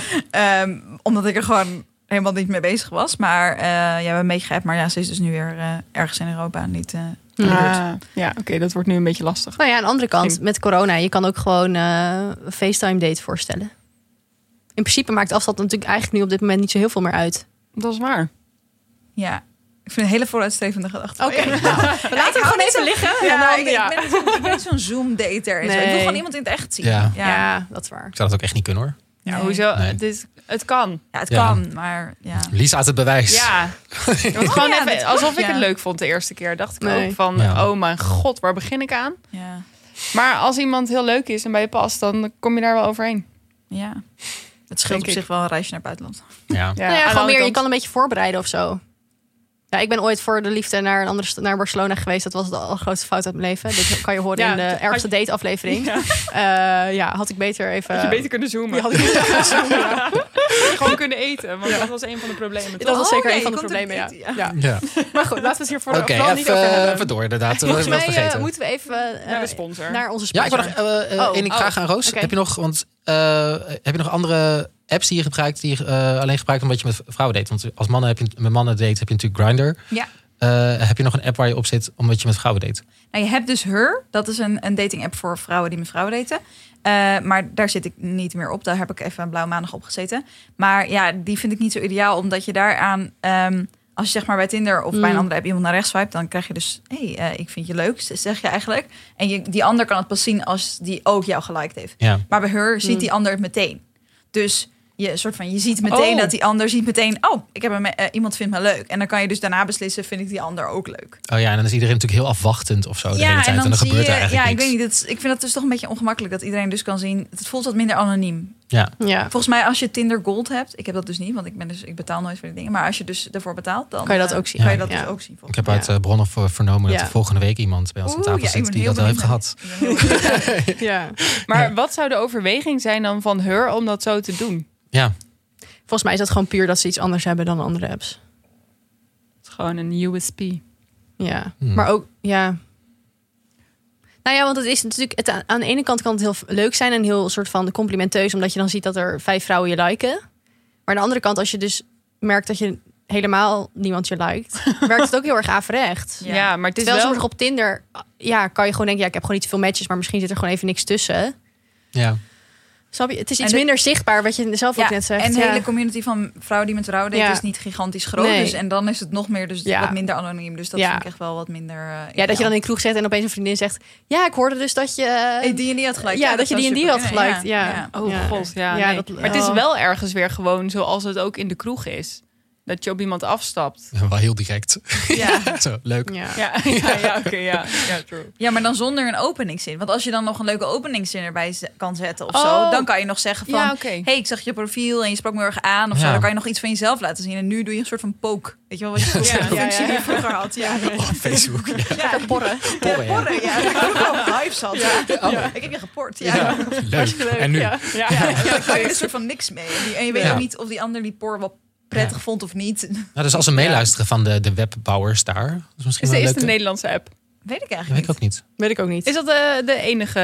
Speaker 4: Omdat ik er gewoon helemaal niet mee bezig was. Maar we hebben een beetje geappt. Maar ja, ze is dus nu weer ergens in Europa. Niet
Speaker 1: oké, dat wordt nu een beetje lastig.
Speaker 2: Nou ja, aan de andere kant, met corona, je kan ook gewoon een FaceTime date voorstellen. In principe maakt afstand natuurlijk eigenlijk nu op dit moment niet zo heel veel meer uit.
Speaker 1: Dat is waar.
Speaker 4: Ja. Ik vind een hele vooruitstrevende gedachte.
Speaker 2: Oké, laten we gewoon even liggen.
Speaker 4: Ik ben zo'n Zoom-dater. Nee. Ik wil gewoon iemand in het echt zien.
Speaker 2: Ja, dat is waar.
Speaker 3: Ik zou dat ook echt niet kunnen, hoor.
Speaker 1: Ja, nee. Hoezo? Nee. Het kan.
Speaker 4: Ja, het kan, maar ja.
Speaker 3: Lisa had het bewijs.
Speaker 1: Ja. Gewoon even, alsof ik het leuk vond de eerste keer. Dacht ik ook van, oh mijn god, waar begin ik aan?
Speaker 4: Ja.
Speaker 1: Maar als iemand heel leuk is en bij je past, dan kom je daar wel overheen.
Speaker 4: Ja. Het scheelt op zich wel een reisje naar het buitenland.
Speaker 2: Gewoon meer, je kan een beetje voorbereiden of zo. Ja, ik ben ooit voor de liefde naar Barcelona geweest. Dat was de allergrootste fout uit mijn leven. Dit kan je horen in de ergste date aflevering. Had ik beter even...
Speaker 1: Had je beter kunnen zoomen.
Speaker 2: Had ik beter kunnen zoomen,
Speaker 1: Gewoon kunnen eten. Want dat was een van de problemen.
Speaker 2: Dat was zeker een van de problemen, ja. Maar goed, laten we het hier vooral niet over hebben.
Speaker 3: Even door, inderdaad.
Speaker 2: Volgens mij moeten we even
Speaker 1: naar de sponsor.
Speaker 2: Naar onze sponsor.
Speaker 3: Ja, ik wil nog één ding vragen aan Roos. Okay. Heb je nog andere apps die je gebruikt, die je alleen gebruikt omdat je met vrouwen date? Want als met mannen date heb je natuurlijk Grindr.
Speaker 4: Ja.
Speaker 3: heb je nog een app waar je op zit omdat je met vrouwen date?
Speaker 4: Nou, je hebt dus Her. Dat is een dating app voor vrouwen die met vrouwen daten. Maar daar zit ik niet meer op. Daar heb ik even een blauwe maandag op gezeten. Maar ja, die vind ik niet zo ideaal. Omdat je daaraan... als je zeg maar bij Tinder of bij een andere app iemand naar rechts swipe... dan krijg je dus... ik vind je leuk, zeg je eigenlijk. En die ander kan het pas zien als die ook jou geliked heeft.
Speaker 3: Ja.
Speaker 4: Maar bij Her ziet die ander het meteen. Dus... Je ziet meteen dat die ander ziet meteen... ik heb iemand vindt me leuk. En dan kan je dus daarna beslissen... vind ik die ander ook leuk.
Speaker 3: Oh ja, en dan is iedereen natuurlijk heel afwachtend of zo de hele tijd. En dan gebeurt er eigenlijk niks.
Speaker 4: Ik weet niet. Ik vind dat dus toch een beetje ongemakkelijk... dat iedereen dus kan zien... Het voelt wat minder anoniem.
Speaker 3: Ja.
Speaker 4: Volgens mij als je Tinder Gold hebt... Ik heb dat dus niet, want ik betaal nooit voor die dingen. Maar als je dus ervoor betaalt... dan
Speaker 2: kan je dat ook zien.
Speaker 4: Kan je dat dus ook zien.
Speaker 3: Ik heb uit bronnen vernomen... dat er volgende week iemand bij ons aan tafel zit... die dat wel heeft gehad.
Speaker 2: Ja.
Speaker 1: Maar wat zou de overweging zijn dan van Her... om dat zo te doen?
Speaker 3: Ja.
Speaker 2: Volgens mij is dat gewoon puur dat ze iets anders hebben dan andere apps.
Speaker 1: Het is gewoon een USP.
Speaker 2: Ja, maar ook, ja. Nou ja, want het is natuurlijk... aan de ene kant kan het heel leuk zijn en heel soort van complimenteus... omdat je dan ziet dat er 5 vrouwen je liken. Maar aan de andere kant, als je dus merkt dat je helemaal niemand je liked... werkt het ook heel erg averecht.
Speaker 1: Ja, maar het is
Speaker 2: Terwijl
Speaker 1: wel...
Speaker 2: soms op Tinder... kan je gewoon denken, ik heb gewoon niet te veel matches... maar misschien zit er gewoon even niks tussen.
Speaker 3: Ja.
Speaker 2: Snap je? Het is iets minder zichtbaar, wat je zelf ook net zegt.
Speaker 4: En de hele community van vrouwen die met vrouwen daten is niet gigantisch groot.
Speaker 2: Nee.
Speaker 4: Dus, en dan is het nog meer wat minder anoniem. Dus dat vind ik echt wel wat minder...
Speaker 2: dat je dan in de kroeg zit en opeens een vriendin zegt... Ja, ik hoorde dus dat je...
Speaker 4: die en die had gelijk.
Speaker 2: Ja, dat je die en die had gelijk. Ja.
Speaker 1: Oh god, ja.
Speaker 2: Ja,
Speaker 1: Nee. Maar het is wel ergens weer gewoon zoals het ook in de kroeg is. Dat je op iemand afstapt.
Speaker 3: Wel heel direct.
Speaker 4: Ja.
Speaker 3: Zo, leuk.
Speaker 1: Ja, oké, ja, true.
Speaker 4: Ja, maar dan zonder een openingszin. Want als je dan nog een leuke openingszin erbij kan zetten of zo... dan kan je nog zeggen van... hey, ik zag je profiel en je sprak me erg aan of zo. Dan kan je nog iets van jezelf laten zien. En nu doe je een soort van poke. Weet je wel wat je functie die je vroeger had? Ja.
Speaker 3: Op Facebook.
Speaker 2: Porren.
Speaker 3: Porren,
Speaker 4: ja. Hives had. Ja. Ik heb je geport. Ja.
Speaker 3: Leuk. En nu?
Speaker 4: Ja. Dan kan je er een soort van niks mee. En je weet ook niet of die ander die por wel prettig vond of niet.
Speaker 3: Nou, dus als ze meeluisteren van de webbouwers daar. Dat is misschien
Speaker 1: Is
Speaker 3: wel
Speaker 1: de
Speaker 3: leuk.
Speaker 1: eerste Nederlandse app?
Speaker 4: Weet ik eigenlijk
Speaker 3: Weet ik ook niet.
Speaker 2: Weet ik ook niet.
Speaker 1: Is dat de enige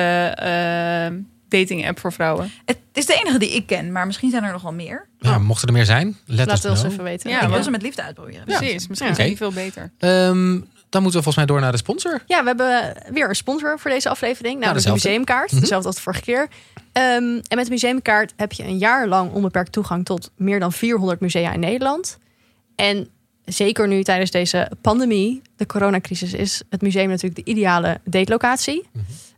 Speaker 1: dating app voor vrouwen?
Speaker 4: Het is de enige die ik ken, maar misschien zijn er nog wel meer.
Speaker 3: Ja, mochten er meer zijn, let
Speaker 2: Laat
Speaker 3: ons
Speaker 2: ons even weten.
Speaker 1: Ja,
Speaker 4: Ik wil
Speaker 1: maar-
Speaker 4: ze met liefde uitproberen.
Speaker 1: Precies, misschien zijn die veel beter.
Speaker 3: Dan moeten we volgens mij door naar de sponsor.
Speaker 2: Ja, we hebben weer een sponsor voor deze aflevering. Nou, dat is de
Speaker 3: dezelfde.
Speaker 2: museumkaart. Dezelfde als de vorige keer. En met de museumkaart heb je een jaar lang onbeperkt toegang tot meer dan 400 musea in Nederland. En zeker nu tijdens deze pandemie, de coronacrisis, is het museum natuurlijk de ideale datelocatie.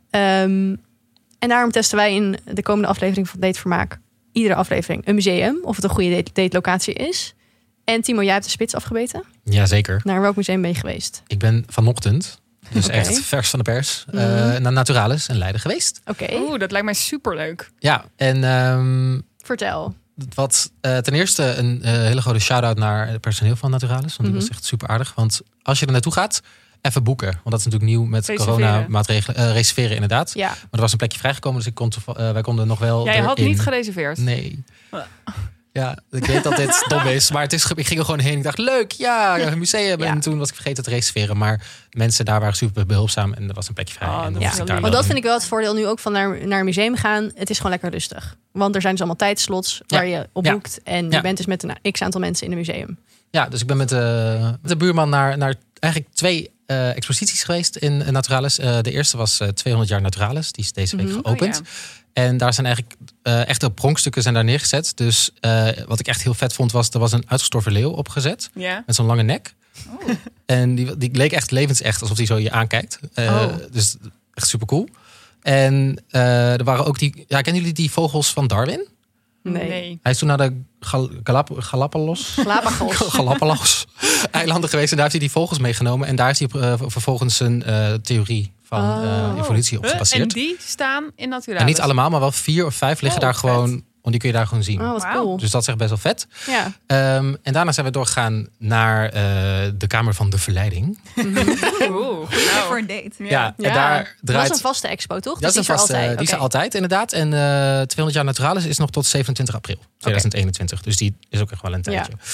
Speaker 2: En daarom testen wij in de komende aflevering van Datevermaak iedere aflevering een museum, of het een goede datelocatie is. En Timo, jij hebt de spits afgebeten.
Speaker 3: Jazeker.
Speaker 2: Naar welk museum ben je geweest?
Speaker 3: Ik ben vanochtend, dus
Speaker 2: Oké.
Speaker 3: echt vers van de pers, naar Naturalis in Leiden geweest.
Speaker 2: Oké,
Speaker 1: Oeh, dat lijkt mij superleuk.
Speaker 3: Ja, en
Speaker 2: vertel.
Speaker 3: wat ten eerste een hele grote shout-out naar het personeel van Naturalis. Want die was echt super aardig. Want als je er naartoe gaat, even boeken. Want dat is natuurlijk nieuw met
Speaker 1: Reserveren.
Speaker 3: coronamaatregelen. Reserveren inderdaad.
Speaker 2: Ja.
Speaker 3: Maar er was een plekje vrijgekomen, dus wij konden nog wel
Speaker 1: Jij had
Speaker 3: erin.
Speaker 1: niet gereserveerd.
Speaker 3: Nee. Ja, ik weet dat dit dom is. Maar ik ging er gewoon heen. Ik dacht, leuk, ja, een museum.
Speaker 2: Ja.
Speaker 3: En toen was ik vergeten te reserveren. Maar mensen daar waren super behulpzaam. En er was een plekje vrij.
Speaker 1: Oh,
Speaker 3: en
Speaker 1: dat
Speaker 3: dan
Speaker 1: is
Speaker 3: was
Speaker 1: wel
Speaker 3: ik daar
Speaker 1: lief.
Speaker 2: Maar
Speaker 3: wel
Speaker 2: dat
Speaker 3: in.
Speaker 2: vind ik wel het voordeel nu ook van naar een museum gaan. Het is gewoon lekker rustig. Want er zijn dus allemaal tijdslots waar je op boekt. En je bent dus met een x-aantal mensen in een museum.
Speaker 3: Ja, dus ik ben met de buurman naar eigenlijk 2 exposities geweest in Naturalis. De eerste was 200 jaar Naturalis. Die is deze week geopend.
Speaker 1: Oh, ja.
Speaker 3: En daar zijn eigenlijk echte pronkstukken zijn daar neergezet. Dus wat ik echt heel vet vond was, er was een uitgestorven leeuw opgezet.
Speaker 1: Ja.
Speaker 3: Met zo'n lange nek. En die leek echt levensecht, alsof hij zo je aankijkt. Dus echt super cool. En er waren ook kennen jullie die vogels van Darwin?
Speaker 2: Nee.
Speaker 3: Hij is toen naar de Galapagos eilanden geweest. En daar heeft hij die vogels meegenomen. En daar is hij vervolgens zijn theorie van evolutie op
Speaker 1: En
Speaker 3: gebaseerd.
Speaker 1: die staan in Naturalis.
Speaker 3: En niet allemaal, maar wel 4 of 5 liggen daar
Speaker 1: vet.
Speaker 3: gewoon. Want die kun je daar gewoon zien.
Speaker 2: Oh, wat
Speaker 1: Wauw.
Speaker 2: cool.
Speaker 3: Dus dat is echt best wel vet.
Speaker 2: Ja.
Speaker 3: En daarna zijn we doorgegaan naar de Kamer van de Verleiding.
Speaker 1: Oeh,
Speaker 4: Voor een date.
Speaker 3: Ja, en daar
Speaker 2: Dat
Speaker 3: draait...
Speaker 2: is een vaste expo, toch?
Speaker 3: Dat is een vaste, die is er altijd inderdaad. En 200 jaar Naturalis is nog tot 27 april 2021. Dus die is ook echt wel een tijdje.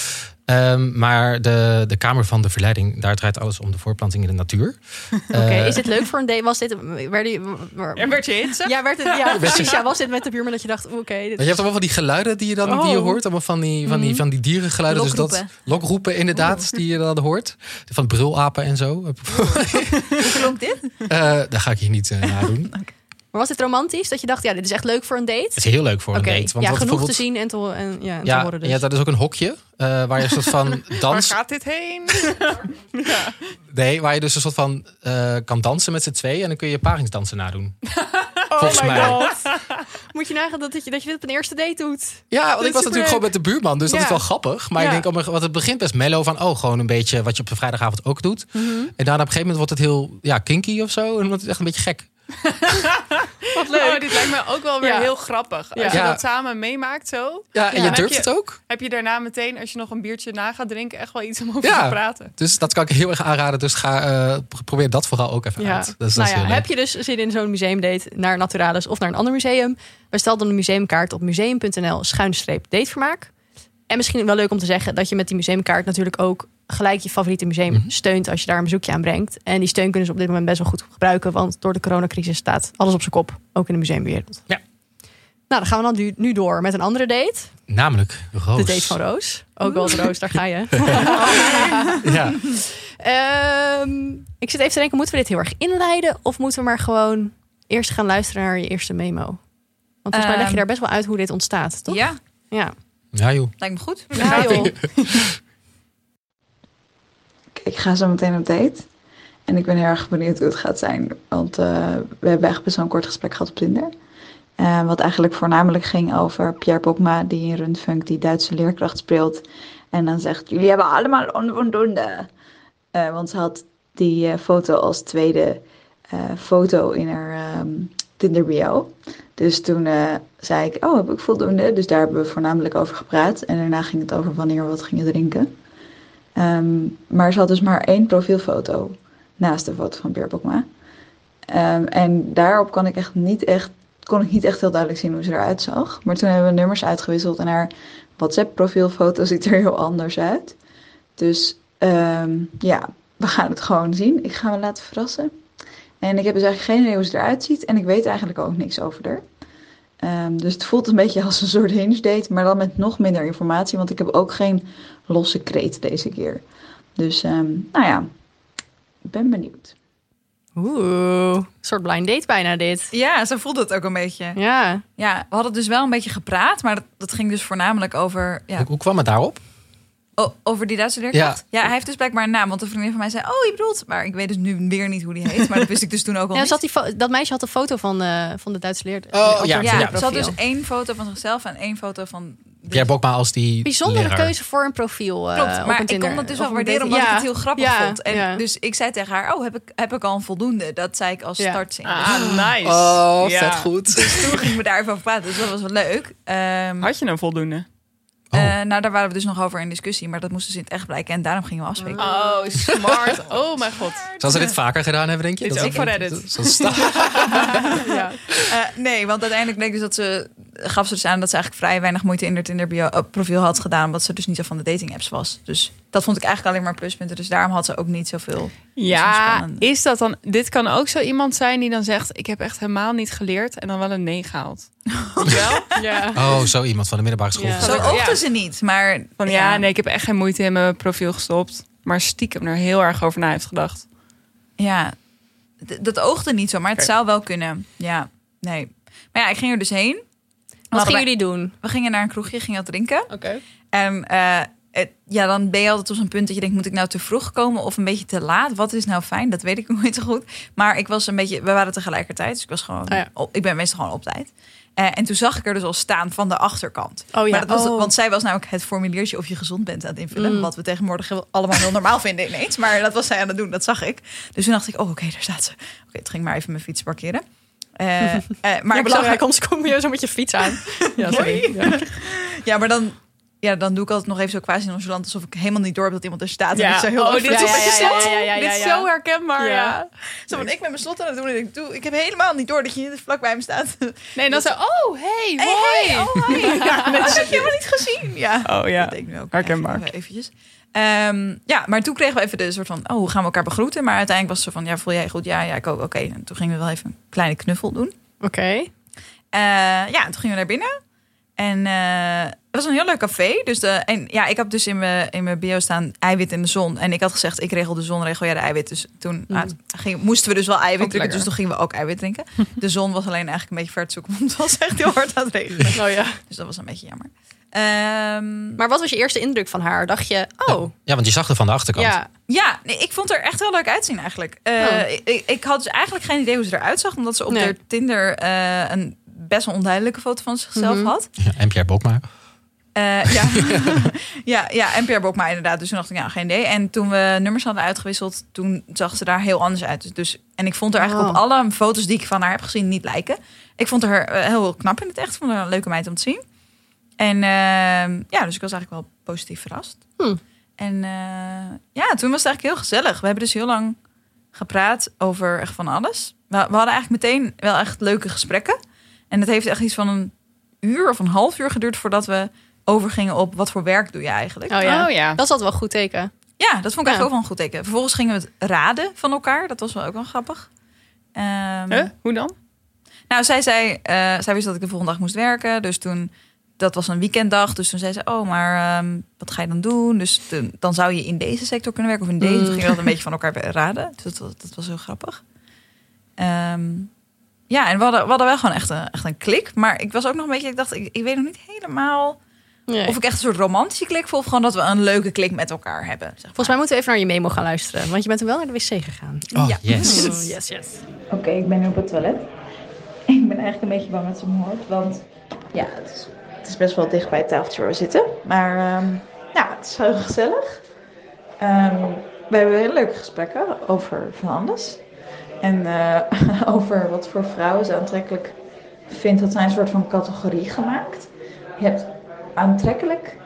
Speaker 3: Maar de Kamer van de Verleiding, daar draait alles om de voorplanting in de natuur.
Speaker 2: Oké, is dit leuk voor een date? Was dit...
Speaker 1: En werd je hitsig?
Speaker 2: Ja, werd het, ja, precies. Ja, was dit met de buurman dat je dacht, oké. Dit
Speaker 3: Je hebt allemaal van die geluiden die je hoort. Allemaal van die dierengeluiden.
Speaker 4: Lokroepen.
Speaker 3: Dus dat lokroepen inderdaad, die je dan hoort. Van brulapen en zo.
Speaker 4: Hoe klonk dit?
Speaker 3: Dat ga ik hier niet nadoen.
Speaker 2: Maar was dit romantisch? Dat je dacht, ja, dit is echt leuk voor een date?
Speaker 3: Het is heel leuk voor
Speaker 2: Oké,
Speaker 3: een date. Want
Speaker 2: ja,
Speaker 3: wat
Speaker 2: genoeg te
Speaker 3: bijvoorbeeld-
Speaker 2: zien en te horen dus.
Speaker 3: En je hebt daar dus ook een hokje waar je een soort van
Speaker 1: Waar
Speaker 3: dans...
Speaker 1: gaat dit heen?
Speaker 3: Nee, waar je dus een soort van kan dansen met z'n tweeën. En dan kun je paringsdansen nadoen.
Speaker 1: Oh
Speaker 3: Volgens
Speaker 1: my
Speaker 3: mij.
Speaker 1: god.
Speaker 2: Moet je nagaan dat je dit op een eerste date doet?
Speaker 3: Ja, want
Speaker 2: is
Speaker 3: ik was natuurlijk
Speaker 2: superleuk.
Speaker 3: gewoon met de buurman. Dus dat
Speaker 2: Ja.
Speaker 3: is wel grappig. Maar
Speaker 2: Ja.
Speaker 3: ik denk, want het begint best mellow van... gewoon een beetje wat je op de vrijdagavond ook doet.
Speaker 2: Mhm.
Speaker 3: En daarna op een gegeven moment wordt het heel kinky of zo. En dan wordt het echt een beetje gek.
Speaker 1: Wat leuk. Oh, dit lijkt me ook wel weer
Speaker 2: Ja.
Speaker 1: heel grappig. Als
Speaker 2: Ja.
Speaker 1: je
Speaker 3: Ja.
Speaker 1: dat samen meemaakt zo.
Speaker 3: Ja, en
Speaker 2: Ja.
Speaker 3: je
Speaker 1: En
Speaker 3: durft
Speaker 1: heb
Speaker 3: het ook.
Speaker 1: Heb je daarna meteen, als je nog een biertje na gaat drinken... echt wel iets om over
Speaker 3: Ja.
Speaker 1: te praten.
Speaker 3: Dus dat kan ik heel erg aanraden. Dus probeer dat vooral ook even
Speaker 2: Ja.
Speaker 3: uit. Dat is
Speaker 2: Nou
Speaker 3: heel
Speaker 2: ja,
Speaker 3: leuk.
Speaker 2: heb je dus zin in zo'n museumdate naar Naturalis of naar een ander museum? Bestel dan een museumkaart op museum.nl/datevermaak. En misschien wel leuk om te zeggen dat je met die museumkaart natuurlijk ook gelijk je favoriete museum steunt als je daar een bezoekje aan brengt. En die steun kunnen ze op dit moment best wel goed gebruiken, want door de coronacrisis staat alles op zijn kop, ook in de museumwereld.
Speaker 3: Ja.
Speaker 2: Nou, dan gaan we dan nu door met een andere date.
Speaker 3: Namelijk Roos.
Speaker 2: De date van Roos. Ook wel de Roos, daar ga je.
Speaker 3: Ja.
Speaker 2: Ik zit even te denken, moeten we dit heel erg inleiden of moeten we maar gewoon eerst gaan luisteren naar je eerste memo? Want volgens mij leg je daar best wel uit hoe dit ontstaat, toch?
Speaker 4: Ja,
Speaker 2: Ja.
Speaker 3: Ja, joh.
Speaker 4: lijkt me goed.
Speaker 2: Ja, joh.
Speaker 5: Ik ga zo meteen op date. En ik ben heel erg benieuwd hoe het gaat zijn. Want we hebben echt best wel een kort gesprek gehad op Tinder. Wat eigenlijk voornamelijk ging over Pierre Bokma, die in Rundfunk die Duitse leerkracht speelt. En dan zegt, jullie hebben allemaal onvoldoende. Want ze had die foto als tweede foto in haar Tinder bio. Dus toen zei ik, heb ik voldoende? Dus daar hebben we voornamelijk over gepraat. En daarna ging het over wanneer we wat gingen drinken. Maar ze had dus maar 1 profielfoto naast de foto van Pierre Bokma. En daarop kon ik niet echt heel duidelijk zien hoe ze eruit zag. Maar toen hebben we nummers uitgewisseld en haar WhatsApp-profielfoto ziet er heel anders uit. Dus we gaan het gewoon zien. Ik ga me laten verrassen. En ik heb dus eigenlijk geen idee hoe ze eruit ziet. En ik weet eigenlijk ook niks over haar. Dus het voelt een beetje als een soort hinge date, maar dan met nog minder informatie. Want ik heb ook geen losse kreet deze keer. Dus ik ben benieuwd.
Speaker 2: Oeh, een soort blind date bijna dit.
Speaker 4: Ja, zo voelde het ook een beetje.
Speaker 2: Ja.
Speaker 4: Ja, we hadden dus wel een beetje gepraat, maar dat ging dus voornamelijk over... Ja,
Speaker 3: Hoe kwam het daarop?
Speaker 4: over die Duitse leerkracht? Ja, hij heeft dus blijkbaar een naam. Want een vriendin van mij zei, je bedoelt... Maar ik weet dus nu weer niet hoe die heet. Maar dat wist ik dus toen ook al
Speaker 2: Ja,
Speaker 4: niet.
Speaker 2: dat meisje had een foto van de Duitse leerkracht.
Speaker 3: Oh, ja.
Speaker 4: Ja, ze had dus 1 foto van zichzelf en 1 foto van...
Speaker 3: Pierre Bokma als die
Speaker 2: Bijzondere
Speaker 3: leraar.
Speaker 2: keuze voor een profiel.
Speaker 4: Klopt,
Speaker 2: op
Speaker 4: maar
Speaker 2: een
Speaker 4: ik
Speaker 2: Tinder.
Speaker 4: kon dat dus
Speaker 2: Of
Speaker 4: wel
Speaker 2: een
Speaker 4: waarderen
Speaker 2: date.
Speaker 4: omdat ik het heel grappig vond. En
Speaker 2: ja.
Speaker 4: dus ik zei tegen haar, heb ik al een voldoende? Dat zei ik als
Speaker 2: Ja.
Speaker 4: startzin.
Speaker 1: Ah, nice.
Speaker 3: Oh,
Speaker 1: Ja.
Speaker 3: vet goed.
Speaker 4: Dus toen gingen we daar even over praten, dus dat was wel leuk.
Speaker 1: Had je een voldoende?
Speaker 4: Nou, daar waren we dus nog over in discussie, maar dat moest dus in het echt blijken. En daarom gingen we afspreken.
Speaker 1: Oh, smart. Oh mijn god.
Speaker 3: Zou ze dit vaker gedaan hebben, denk je?
Speaker 1: Dit is ook voor Reddit.
Speaker 2: Ja.
Speaker 4: Nee, want uiteindelijk bleek dus dat gaf ze dus aan dat ze eigenlijk vrij weinig moeite in haar Tinder profiel had gedaan, omdat ze dus niet zo van de dating apps was. Dus dat vond ik eigenlijk alleen maar pluspunten. Dus daarom had ze ook niet zoveel.
Speaker 1: Ja,
Speaker 4: spannend.
Speaker 1: is dat dan... Dit kan ook zo iemand zijn die dan zegt... ik heb echt helemaal niet geleerd en dan wel een 9 haalt. Weet je wel?
Speaker 2: Ja.
Speaker 3: Oh, zo iemand van de middelbare school.
Speaker 2: Ja.
Speaker 4: Zo
Speaker 1: Ja.
Speaker 4: oogde ze niet, maar
Speaker 1: Van nee, ik heb echt geen moeite in mijn profiel gestopt. Maar stiekem er heel erg over na heeft gedacht.
Speaker 4: Ja, dat oogde niet zo, maar het
Speaker 1: Oké.
Speaker 4: zou wel kunnen. Ja, nee. Maar ja, ik ging er dus heen.
Speaker 2: Wat gingen jullie doen?
Speaker 4: We gingen naar een kroegje, gingen wat drinken.
Speaker 1: Oké.
Speaker 4: En dan ben je altijd op zo'n punt dat je denkt, moet ik nou te vroeg komen of een beetje te laat? Wat is nou fijn? Dat weet ik nog niet zo goed. Maar ik was we waren tegelijkertijd, dus ik was gewoon, ik ben meestal gewoon op tijd. En toen zag ik er dus al staan van de achterkant.
Speaker 2: Oh ja.
Speaker 4: Maar dat was, want zij was namelijk het formuliertje of je gezond bent aan het invullen. Wat we tegenwoordig allemaal heel normaal vinden ineens. Maar dat was zij aan het doen, dat zag ik. Dus toen dacht ik, oké, daar staat ze. Oké, toen ging ik maar even mijn fiets parkeren. Maar
Speaker 2: Maar
Speaker 4: ik
Speaker 2: belangrijk,
Speaker 4: zag
Speaker 2: anders kom je zo met je fiets aan. Ja, sorry. Ja.
Speaker 4: Ja, maar dan dan doe ik altijd nog even zo quasi nonchalant alsof ik helemaal niet door heb dat iemand er staat.
Speaker 1: Ja.
Speaker 4: En ik zo heel
Speaker 1: Dit is
Speaker 2: ja.
Speaker 1: Dit is zo herkenbaar, ja.
Speaker 4: Zo van, ik ben mijn slot aan het doen en ik heb helemaal niet door dat je niet vlak bij me staat.
Speaker 1: Nee, dan zo, hoi, hoi.
Speaker 4: Hey, oh, hi. Ja, dat heb je helemaal niet gezien. Ja,
Speaker 1: Oh ja,
Speaker 4: dat deed ik nu ook.
Speaker 1: herkenbaar.
Speaker 4: Even eventjes. Maar toen kregen we even de soort van, hoe gaan we elkaar begroeten? Maar uiteindelijk was het zo van, voel jij goed? Ja, ik ook. Oké. En toen gingen we wel even een kleine knuffel doen.
Speaker 2: Oké.
Speaker 4: En toen gingen we naar binnen. En het was een heel leuk café. Dus ik heb dus in mijn bio staan eiwit in de zon. En ik had gezegd, ik regel de zon, regel jij de eiwit. Dus toen moesten we dus wel eiwit drinken.
Speaker 1: lekker.
Speaker 4: Dus toen gingen we ook eiwit drinken. De zon was alleen eigenlijk een beetje ver te zoeken. Want het was echt heel hard aan het regenen.
Speaker 2: Oh ja.
Speaker 4: Dus dat was een beetje jammer.
Speaker 2: Maar wat was je eerste indruk van haar? Dacht je,
Speaker 3: Ja, want je zag er van de achterkant.
Speaker 4: Ja, nee, ik vond er echt heel leuk uitzien eigenlijk. Ik had dus eigenlijk geen idee hoe ze eruit zag. Omdat ze op haar Tinder een best wel onduidelijke foto van zichzelf had.
Speaker 3: Ja, en Pierre Bokma.
Speaker 4: En Pierre Bokma inderdaad. Dus toen dacht ik, geen idee. En toen we nummers hadden uitgewisseld, toen zag ze daar heel anders uit. Dus, en ik vond haar eigenlijk op alle foto's die ik van haar heb gezien niet lijken. Ik vond haar heel knap in het echt. Ik vond haar een leuke meid om te zien. En dus ik was eigenlijk wel positief verrast. En toen was het eigenlijk heel gezellig. We hebben dus heel lang gepraat over echt van alles. We hadden eigenlijk meteen wel echt leuke gesprekken. En het heeft echt iets van een uur of een half uur geduurd voordat we overgingen op wat voor werk doe je eigenlijk.
Speaker 2: Oh ja.
Speaker 1: Oh ja.
Speaker 2: Dat is altijd wel een goed teken.
Speaker 4: Ja, dat vond ik eigenlijk ook wel een goed teken. Vervolgens gingen we het raden van elkaar. Dat was wel ook wel grappig.
Speaker 1: Hoe dan?
Speaker 4: Nou, zij wist dat ik de volgende dag moest werken. Dus toen, dat was een weekenddag. Dus toen zei ze, wat ga je dan doen? Dus dan zou je in deze sector kunnen werken of in deze. Toen gingen we dat een beetje van elkaar raden. Dus dat was heel grappig. En we hadden wel gewoon echt een klik. Maar ik was ook nog een beetje, ik dacht, ik weet nog niet helemaal of ik echt een soort romantische klik voel. Of gewoon dat we een leuke klik met elkaar hebben. Zeg maar.
Speaker 2: Volgens mij moeten we even naar je memo gaan luisteren. Want je bent er wel naar de wc gegaan.
Speaker 3: Oh,
Speaker 4: Ja.
Speaker 3: yes.
Speaker 2: Yes.
Speaker 5: Oké, ik ben nu op het toilet. Ik ben eigenlijk een beetje bang dat ze me hoort. Want ja, het is best wel dicht bij het tafeltje waar we zitten. Maar het is heel gezellig. We hebben hele leuke gesprekken over van alles. En over wat voor vrouwen ze aantrekkelijk vindt. Dat zijn een soort van categorie gemaakt. Je hebt aantrekkelijk,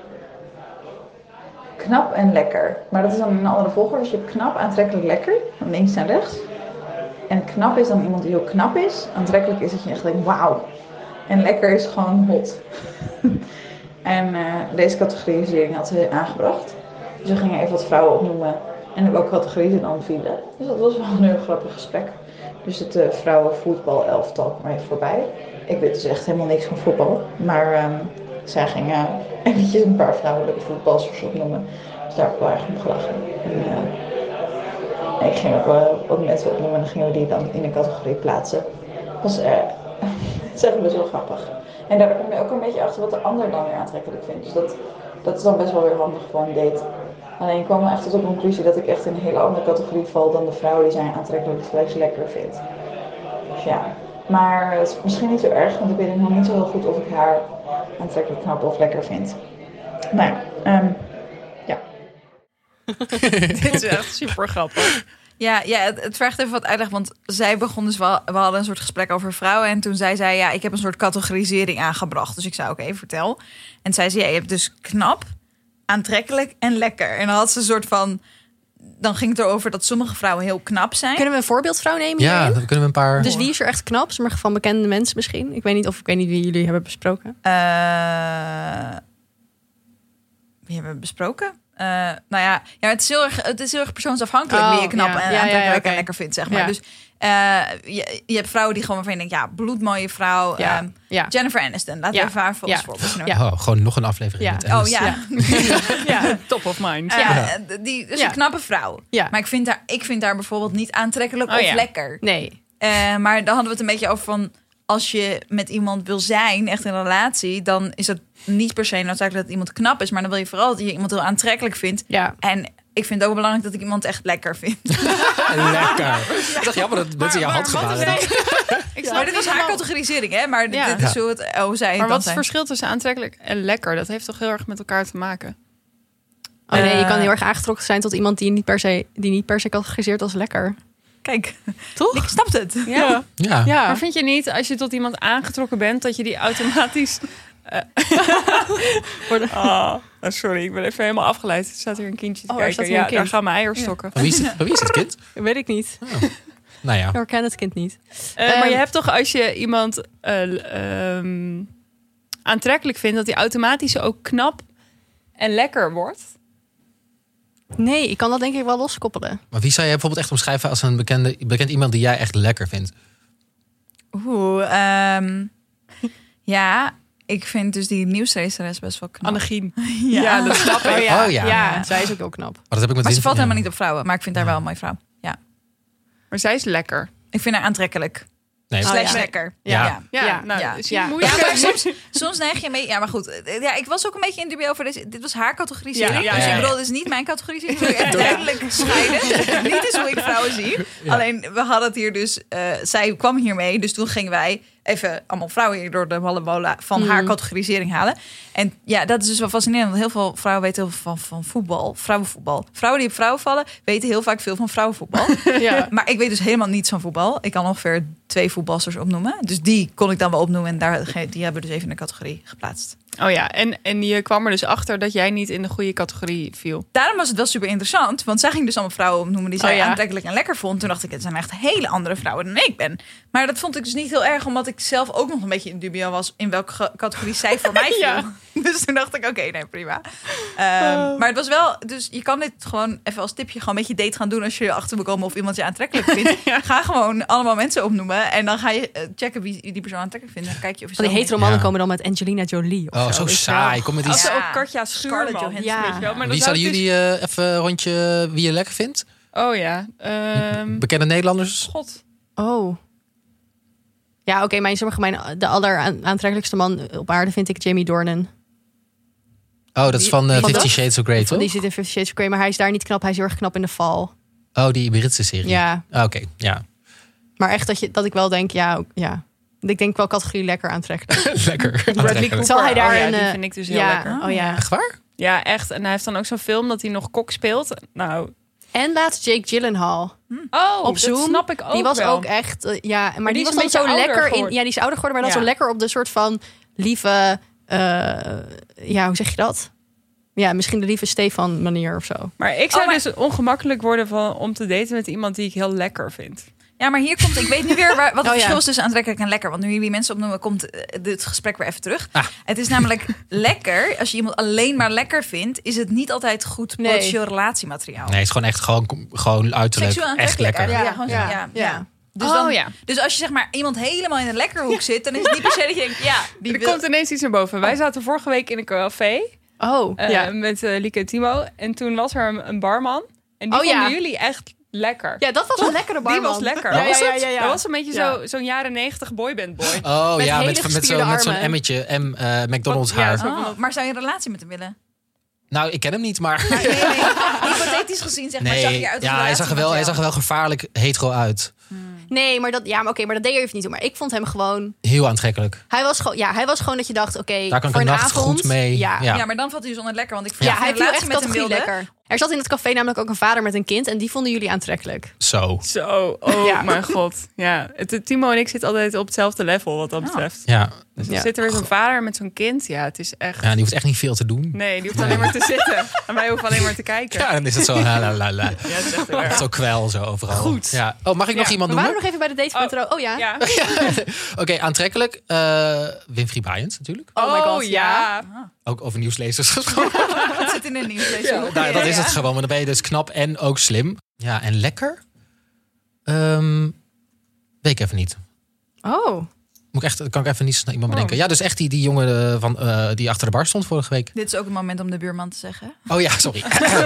Speaker 5: knap en lekker. Maar dat is dan een andere volgorde. Dus je hebt knap, aantrekkelijk, lekker. Van links naar rechts. En knap is dan iemand die heel knap is. Aantrekkelijk is dat je echt denkt, wauw. En lekker is gewoon hot. En deze categorisering had ze aangebracht. Dus we gingen even wat vrouwen opnoemen. En welke categorie ze dan vielen. Dus dat was wel een heel grappig gesprek. Dus het vrouwenvoetbal elftal kwam even voorbij. Ik weet dus echt helemaal niks van voetbal. Maar zij gingen eventjes een paar vrouwelijke voetbalsters opnoemen. Dus daar heb ik wel erg om gelachen. En ik ging ook wel wat mensen opnoemen. En dan gingen we die dan in een categorie plaatsen. Dat is echt best wel grappig. En daar kom je ook een beetje achter wat de ander dan weer aantrekkelijk vindt. Dus dat is dan best wel weer handig voor een date. Alleen ik kwam echt tot de conclusie dat ik echt in een hele andere categorie val dan de vrouwen die zij aantrekkelijk slechts lekker vindt. Dus ja, maar het is misschien niet zo erg, want ik weet nog niet zo heel goed of ik haar aantrekkelijk knap of lekker vind. Nou ja.
Speaker 1: Dit is echt super grappig.
Speaker 4: Ja, het vraagt even wat uitleg, want zij begon dus wel, we hadden een soort gesprek over vrouwen en toen zei zij, ik heb een soort categorisering aangebracht. Dus ik zei, oké, vertel. En zij zei, je hebt dus knap, aantrekkelijk en lekker. En dan had ze een soort van, dan ging het erover dat sommige vrouwen heel knap zijn.
Speaker 2: Kunnen we een voorbeeldvrouw nemen
Speaker 3: Ja,
Speaker 2: hierin?
Speaker 3: dan kunnen we een paar...
Speaker 2: Dus wie is er echt knap? Sommige van bekende mensen misschien. Ik weet niet wie jullie hebben besproken.
Speaker 4: Wie hebben we besproken? Het is heel erg persoonsafhankelijk wie je knap en aantrekkelijk en lekker vindt, zeg maar.
Speaker 2: Ja.
Speaker 4: Dus je hebt vrouwen die gewoon waarvan je denkt, bloedmooie vrouw. Jennifer Aniston, laten we even haar als voorbeeld noemen.
Speaker 2: Ja.
Speaker 3: gewoon nog een aflevering met Alice.
Speaker 2: Ja.
Speaker 1: Top of mind.
Speaker 4: Die is een knappe vrouw.
Speaker 2: Ja.
Speaker 4: Maar ik vind haar bijvoorbeeld niet aantrekkelijk of lekker.
Speaker 2: Nee.
Speaker 4: Maar dan hadden we het een beetje over van, als je met iemand wil zijn, echt in een relatie, dan is het niet per se noodzakelijk dat iemand knap is, maar dan wil je vooral dat je iemand heel aantrekkelijk vindt.
Speaker 2: Ja.
Speaker 4: En ik vind het ook belangrijk dat ik iemand echt lekker vind.
Speaker 3: Lekker. Ik dacht jammer dat mensen jouw handgebaren doen.
Speaker 4: Maar dit was haar categorisering, hè? Maar dit is hoe zij het
Speaker 1: Maar
Speaker 4: dan
Speaker 1: wat is het
Speaker 4: zijn.
Speaker 1: verschil tussen aantrekkelijk en lekker? Dat heeft toch heel erg met elkaar te maken?
Speaker 2: Oh nee, je kan heel erg aangetrokken zijn tot iemand die niet per se categoriseert als lekker.
Speaker 4: Kijk,
Speaker 2: Toch?
Speaker 4: ik snapt het.
Speaker 3: Ja.
Speaker 1: Maar vind je niet, als je tot iemand aangetrokken bent, dat je die automatisch... Oh, sorry, ik ben even helemaal afgeleid. Er staat hier een kindje te
Speaker 2: Oh, er
Speaker 1: kijken.
Speaker 2: staat hier een kind.
Speaker 1: Daar gaan mijn eierstokken.
Speaker 3: Wie is het kind?
Speaker 2: Weet ik niet.
Speaker 3: Nou ja.
Speaker 2: Ik herken het kind niet.
Speaker 1: Maar je hebt toch, als je iemand aantrekkelijk vindt, dat hij automatisch ook knap en lekker wordt?
Speaker 2: Nee, ik kan dat denk ik wel loskoppelen.
Speaker 3: Maar wie zou jij bijvoorbeeld echt omschrijven als een bekend iemand die jij echt lekker vindt?
Speaker 4: Ja, ik vind dus die nieuwsraceres best wel knap.
Speaker 1: Annegien.
Speaker 4: Ja.
Speaker 1: Ja, dat snap ik.
Speaker 3: Oh ja.
Speaker 2: Ja, zij is ook heel knap.
Speaker 3: Maar dat heb ik met
Speaker 4: Maar ze
Speaker 3: Wim-
Speaker 4: valt
Speaker 3: ja.
Speaker 4: helemaal niet op vrouwen. Maar ik vind haar wel een mooie vrouw. Ja.
Speaker 1: Maar zij is lekker.
Speaker 4: Ik vind haar aantrekkelijk.
Speaker 3: Nee,
Speaker 2: Oh,
Speaker 4: Slash
Speaker 2: ja.
Speaker 4: lekker.
Speaker 3: Ja.
Speaker 1: Ja, nou,
Speaker 4: ja.
Speaker 1: is
Speaker 2: Ja.
Speaker 1: moeilijk.
Speaker 4: Ja, maar soms neig je mee. Ja, maar goed. Ja, ik was ook een beetje in dubio over deze. Dit was haar categorisering.
Speaker 1: Ja,
Speaker 4: dus
Speaker 3: ja.
Speaker 4: ik bedoel, dit is niet mijn categorisering. Dat wil ik echt duidelijk scheiden. Niet is hoe ik vrouwen zie.
Speaker 3: Ja.
Speaker 4: Alleen, we hadden het hier dus... zij kwam hiermee, dus toen gingen wij even allemaal vrouwen hier door de wallenmolen van haar categorisering halen. En ja, dat is dus wel fascinerend. Want heel veel vrouwen weten heel veel van voetbal, vrouwenvoetbal. Vrouwen die op vrouwen vallen, weten heel vaak veel van vrouwenvoetbal.
Speaker 2: Ja.
Speaker 4: Maar ik weet dus helemaal niets van voetbal. Ik kan ongeveer 2 voetbalsters opnoemen. Dus die kon ik dan wel opnoemen. En die hebben we dus even in de categorie geplaatst.
Speaker 1: Oh ja, en je kwam er dus achter dat jij niet in de goede categorie viel.
Speaker 4: Daarom was het wel super interessant. Want zij ging dus allemaal vrouwen opnoemen die zij
Speaker 2: Oh ja.
Speaker 4: aantrekkelijk en lekker vond. Toen dacht ik, het zijn echt hele andere vrouwen dan ik ben. Maar dat vond ik dus niet heel erg. Omdat ik zelf ook nog een beetje in dubio was in welke categorie zij voor mij viel.
Speaker 1: Ja.
Speaker 4: Dus toen dacht ik, oké, nee, prima. Maar het was wel... Dus je kan dit gewoon even als tipje gewoon een beetje date gaan doen. Als je erachter wil komen of iemand je aantrekkelijk vindt. Ga gewoon allemaal mensen opnoemen. En dan ga je checken wie die persoon aantrekkelijk vindt. Dan kijk je of je
Speaker 2: Van die
Speaker 4: zelf
Speaker 2: hetero mannen
Speaker 3: Ja.
Speaker 2: komen dan met Angelina Jolie. Of
Speaker 3: Oh, zo
Speaker 2: weet je
Speaker 3: saai.
Speaker 2: wel.
Speaker 3: Kom met
Speaker 1: Als
Speaker 3: iets.
Speaker 1: ze
Speaker 4: Ja.
Speaker 1: ook Katja
Speaker 4: Scarlett
Speaker 1: Schuurman.
Speaker 4: Johansson.
Speaker 2: Ja.
Speaker 1: Weet je wel, maar dan
Speaker 3: Wie
Speaker 1: zou
Speaker 3: zouden
Speaker 1: ik dus-
Speaker 3: jullie even een rondje wie je lekker vindt?
Speaker 1: Oh ja.
Speaker 3: Bekende Nederlanders?
Speaker 1: God.
Speaker 2: Oh. Ja, oké, de alleraantrekkelijkste man op aarde vind ik Jamie Dornan.
Speaker 3: Oh, dat is van
Speaker 2: Wie-
Speaker 3: 50
Speaker 2: dat?
Speaker 3: Shades of Grey, toch?
Speaker 2: Die zit in 50 Shades of Grey, maar hij is daar niet knap. Hij is heel erg knap in de val.
Speaker 3: Oh, die Britse serie.
Speaker 2: Ja,
Speaker 3: Ah, Oké, ja.
Speaker 2: maar echt dat ik wel denk, ja. Ik denk wel categorie lekker aantrekkelijk.
Speaker 3: Lekker.
Speaker 1: Bradley
Speaker 3: Aantrekkelijk.
Speaker 1: Cooper.
Speaker 2: Zal hij daar
Speaker 1: oh, ja,
Speaker 2: een,
Speaker 1: die vind ik dus heel
Speaker 2: ja,
Speaker 1: lekker.
Speaker 2: Oh ja.
Speaker 3: Echt waar?
Speaker 1: Ja, echt. En hij heeft dan ook zo'n film dat hij nog kok speelt. Nou,
Speaker 2: En laatst Jake Gyllenhaal.
Speaker 1: oh,
Speaker 2: Op
Speaker 1: dat
Speaker 2: Zoom.
Speaker 1: snap ik ook
Speaker 2: Die was
Speaker 1: wel.
Speaker 2: ook echt, maar die
Speaker 1: die
Speaker 2: was
Speaker 1: is
Speaker 2: dan
Speaker 1: een
Speaker 2: zo
Speaker 1: beetje ouder
Speaker 2: lekker in.
Speaker 1: geworden.
Speaker 2: Ja, die is ouder geworden, maar dan
Speaker 1: Ja.
Speaker 2: zo lekker op de soort van lieve, hoe zeg je dat? Ja, misschien de lieve Stefan manier of zo.
Speaker 1: Maar ik zou
Speaker 4: Oh, maar-
Speaker 1: dus ongemakkelijk worden om te daten met iemand die ik heel lekker vind.
Speaker 4: Ja, maar hier komt... Ik weet nu weer wat het
Speaker 2: ja.
Speaker 4: verschil is tussen aantrekkelijk en lekker. Want nu jullie mensen opnoemen, komt het gesprek weer even terug.
Speaker 3: Ah.
Speaker 4: Het is namelijk lekker. Als je iemand alleen maar lekker vindt, is het niet altijd goed
Speaker 2: Nee.
Speaker 4: potentieel relatiemateriaal.
Speaker 3: Nee, het is gewoon echt gewoon uiterlijk.
Speaker 4: Seksueel
Speaker 3: Echt
Speaker 4: aantrekkelijk.
Speaker 3: lekker.
Speaker 4: Ja, gewoon zo, ja. Dus,
Speaker 1: Oh,
Speaker 4: dan,
Speaker 1: ja.
Speaker 4: dus als je zeg maar iemand helemaal in de lekkerhoek zit, dan is het niet per se dat je denkt, ja, die
Speaker 1: Er
Speaker 4: wil...
Speaker 1: komt ineens iets naar boven. Wij zaten vorige week in een café
Speaker 2: Oh,
Speaker 1: met Lieke en Timo. En toen was er een barman. En die
Speaker 2: Oh, ja.
Speaker 1: vonden jullie echt lekker.
Speaker 2: Ja, dat was een lekkere barman.
Speaker 1: Die was lekker.
Speaker 2: Ja,
Speaker 1: Was
Speaker 2: ja,
Speaker 1: het?
Speaker 2: ja, ja.
Speaker 1: Dat was een beetje
Speaker 2: Ja.
Speaker 1: zo'n jaren 90 boyband boy.
Speaker 3: Oh
Speaker 2: Met
Speaker 3: ja,
Speaker 2: hele
Speaker 3: met
Speaker 2: gespierde
Speaker 3: zo'n
Speaker 2: armen.
Speaker 3: emmetje en McDonald's
Speaker 1: Wat- ja,
Speaker 3: haar.
Speaker 1: zo-
Speaker 4: Oh, maar zou je een relatie met hem willen?
Speaker 3: Nou, ik ken hem niet, maar...
Speaker 4: Nee. Hypothetisch gezien, zeg maar, zag je uit als
Speaker 3: ja, hij zag er wel gevaarlijk hetero uit.
Speaker 2: Nee, maar dat deed je even niet doen. Maar ik vond hem gewoon...
Speaker 3: Heel aantrekkelijk.
Speaker 2: Hij was gewoon dat je dacht, oké,
Speaker 3: Daar kan ik
Speaker 2: voor
Speaker 3: een
Speaker 2: een
Speaker 3: nacht
Speaker 2: avond...
Speaker 3: goed mee.
Speaker 2: Ja,
Speaker 3: Ja.
Speaker 4: Ja, maar dan valt hij dus onder lekker. Want ik
Speaker 2: Ja,
Speaker 4: vond
Speaker 2: hij
Speaker 4: een
Speaker 2: viel
Speaker 4: relatie
Speaker 2: echt
Speaker 4: met hem
Speaker 2: categorie
Speaker 4: wilde.
Speaker 2: lekker. Er zat in het café namelijk ook een vader met een kind. En die vonden jullie aantrekkelijk.
Speaker 3: Zo.
Speaker 1: Zo, oh
Speaker 2: Ja.
Speaker 1: mijn god. Ja, Timo en ik zitten altijd op hetzelfde level wat dat betreft.
Speaker 3: Ja.
Speaker 1: Dus er
Speaker 2: Ja.
Speaker 1: zit er weer zo'n vader met zo'n kind. Ja, het is echt...
Speaker 3: Ja, die hoeft echt niet veel te doen.
Speaker 1: Nee, die hoeft alleen maar te zitten. En wij hoeven alleen maar te kijken.
Speaker 3: Ja, dan is het zo la la la la.
Speaker 1: Ja, het is echt heel erg.
Speaker 3: Zo kwel zo overal.
Speaker 1: Goed.
Speaker 3: Ja. Oh, mag ik nog
Speaker 1: Ja,
Speaker 3: iemand
Speaker 2: We
Speaker 3: noemen?
Speaker 2: waren nog even bij de date van Metro. Oh ja.
Speaker 1: Ja.
Speaker 3: Oké, aantrekkelijk. Winfried Bryant natuurlijk.
Speaker 2: Oh my god,
Speaker 1: ja.
Speaker 3: Ook over nieuwslezers gesproken.
Speaker 4: Dat zit in de nieuwslezer.
Speaker 3: Nou, dat is het gewoon. Maar dan ben je dus knap en ook slim. Ja, en lekker? Weet ik even niet.
Speaker 2: Oh.
Speaker 3: Kan ik even niet snel iemand bedenken. Ja, dus echt die jongen die achter de bar stond vorige week.
Speaker 4: Dit is ook een moment om de buurman te zeggen.
Speaker 3: Oh ja, sorry.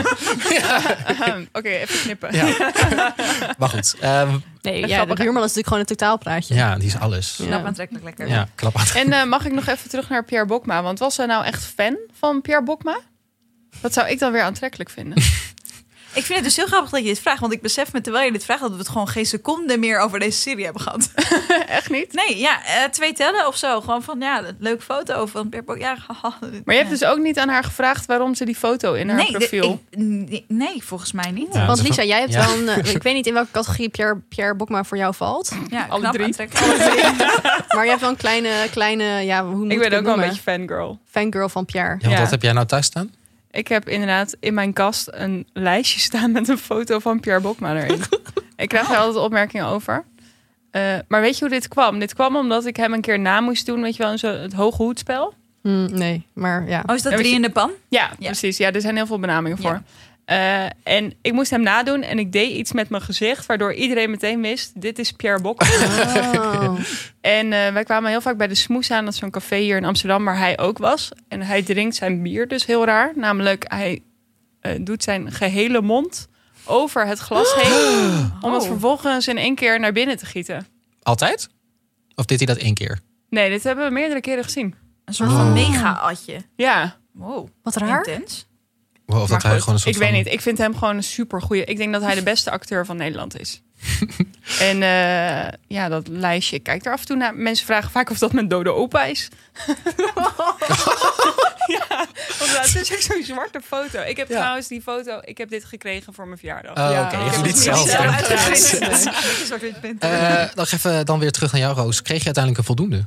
Speaker 1: Oké, even knippen.
Speaker 3: Ja. Maar goed.
Speaker 2: Nee, ja, de
Speaker 1: Grappig.
Speaker 2: buurman is natuurlijk gewoon een totaalpraatje.
Speaker 3: Ja, die is alles.
Speaker 2: Ja.
Speaker 4: Knap aantrekkelijk lekker.
Speaker 3: Ja, klap aan.
Speaker 1: En mag ik nog even terug naar Pierre Bokma? Want was ze nou echt fan van Pierre Bokma? Dat zou ik dan weer aantrekkelijk vinden.
Speaker 4: Ik vind het dus heel grappig dat je dit vraagt. Want ik besef me terwijl je dit vraagt dat we het gewoon geen seconde meer over deze serie hebben gehad.
Speaker 1: Echt niet?
Speaker 4: Nee, ja, 2 tellen of zo. Gewoon van, ja, een leuke foto van Pierre Bok. Ja, haha.
Speaker 1: Maar je hebt dus ook niet aan haar gevraagd waarom ze die foto in haar profiel...
Speaker 4: Nee, volgens mij niet.
Speaker 3: Ja,
Speaker 2: Want
Speaker 3: zo
Speaker 2: Lisa,
Speaker 3: van-
Speaker 2: jij hebt
Speaker 3: ja.
Speaker 2: wel een... ik weet niet in welke categorie Pierre Bokma voor jou valt.
Speaker 4: Ja,
Speaker 1: Alle
Speaker 4: knap
Speaker 1: drie.
Speaker 4: aantrekkelijk.
Speaker 2: Maar je hebt wel een kleine ja, hoe moet
Speaker 1: Ik ben
Speaker 2: het
Speaker 1: ook wel een
Speaker 2: noemen?
Speaker 1: beetje fangirl.
Speaker 2: Fangirl van Pierre.
Speaker 3: Ja, want
Speaker 1: Ja.
Speaker 3: wat heb jij nou thuis staan?
Speaker 1: Ik heb inderdaad in mijn kast een lijstje staan met een foto van Pierre Bokma erin. Ik krijg er altijd opmerkingen over. Maar weet je hoe dit kwam? Dit kwam omdat ik hem een keer na moest doen. Weet je wel, het hoge hoedspel.
Speaker 2: Nee, maar ja.
Speaker 4: Oh, is dat 3 in de pan?
Speaker 1: Ja, precies. Ja, er zijn heel veel benamingen voor. En ik moest hem nadoen en ik deed iets met mijn gezicht, waardoor iedereen meteen wist, dit is Pierre Bokma.
Speaker 2: Oh.
Speaker 1: En wij kwamen heel vaak bij de Smoes aan, dat is zo'n café hier in Amsterdam, waar hij ook was. En hij drinkt zijn bier dus heel raar. Namelijk, hij doet zijn gehele mond over het glas heen, om het vervolgens in 1 keer naar binnen te gieten.
Speaker 3: Altijd? Of deed hij dat 1 keer?
Speaker 1: Nee, dit hebben we meerdere keren gezien.
Speaker 4: Een soort van mega-atje.
Speaker 1: Ja.
Speaker 4: Wow.
Speaker 2: Wat raar.
Speaker 4: Intens.
Speaker 3: Wow, of
Speaker 1: Maar
Speaker 3: dat hij
Speaker 1: goed,
Speaker 3: gewoon een soort
Speaker 1: ik
Speaker 3: van...
Speaker 1: weet niet. Ik vind hem gewoon een super goeie. Ik denk dat hij de beste acteur van Nederland is. En dat lijstje. Ik kijk er af en toe naar. Mensen vragen vaak of dat mijn dode opa is. Ja, want het is echt zo'n zwarte foto. Ik heb trouwens die foto. Ik heb dit gekregen voor mijn verjaardag.
Speaker 3: Oké, je hebt niet zelf. Dan weer terug naar jou, Roos. Kreeg je uiteindelijk een voldoende?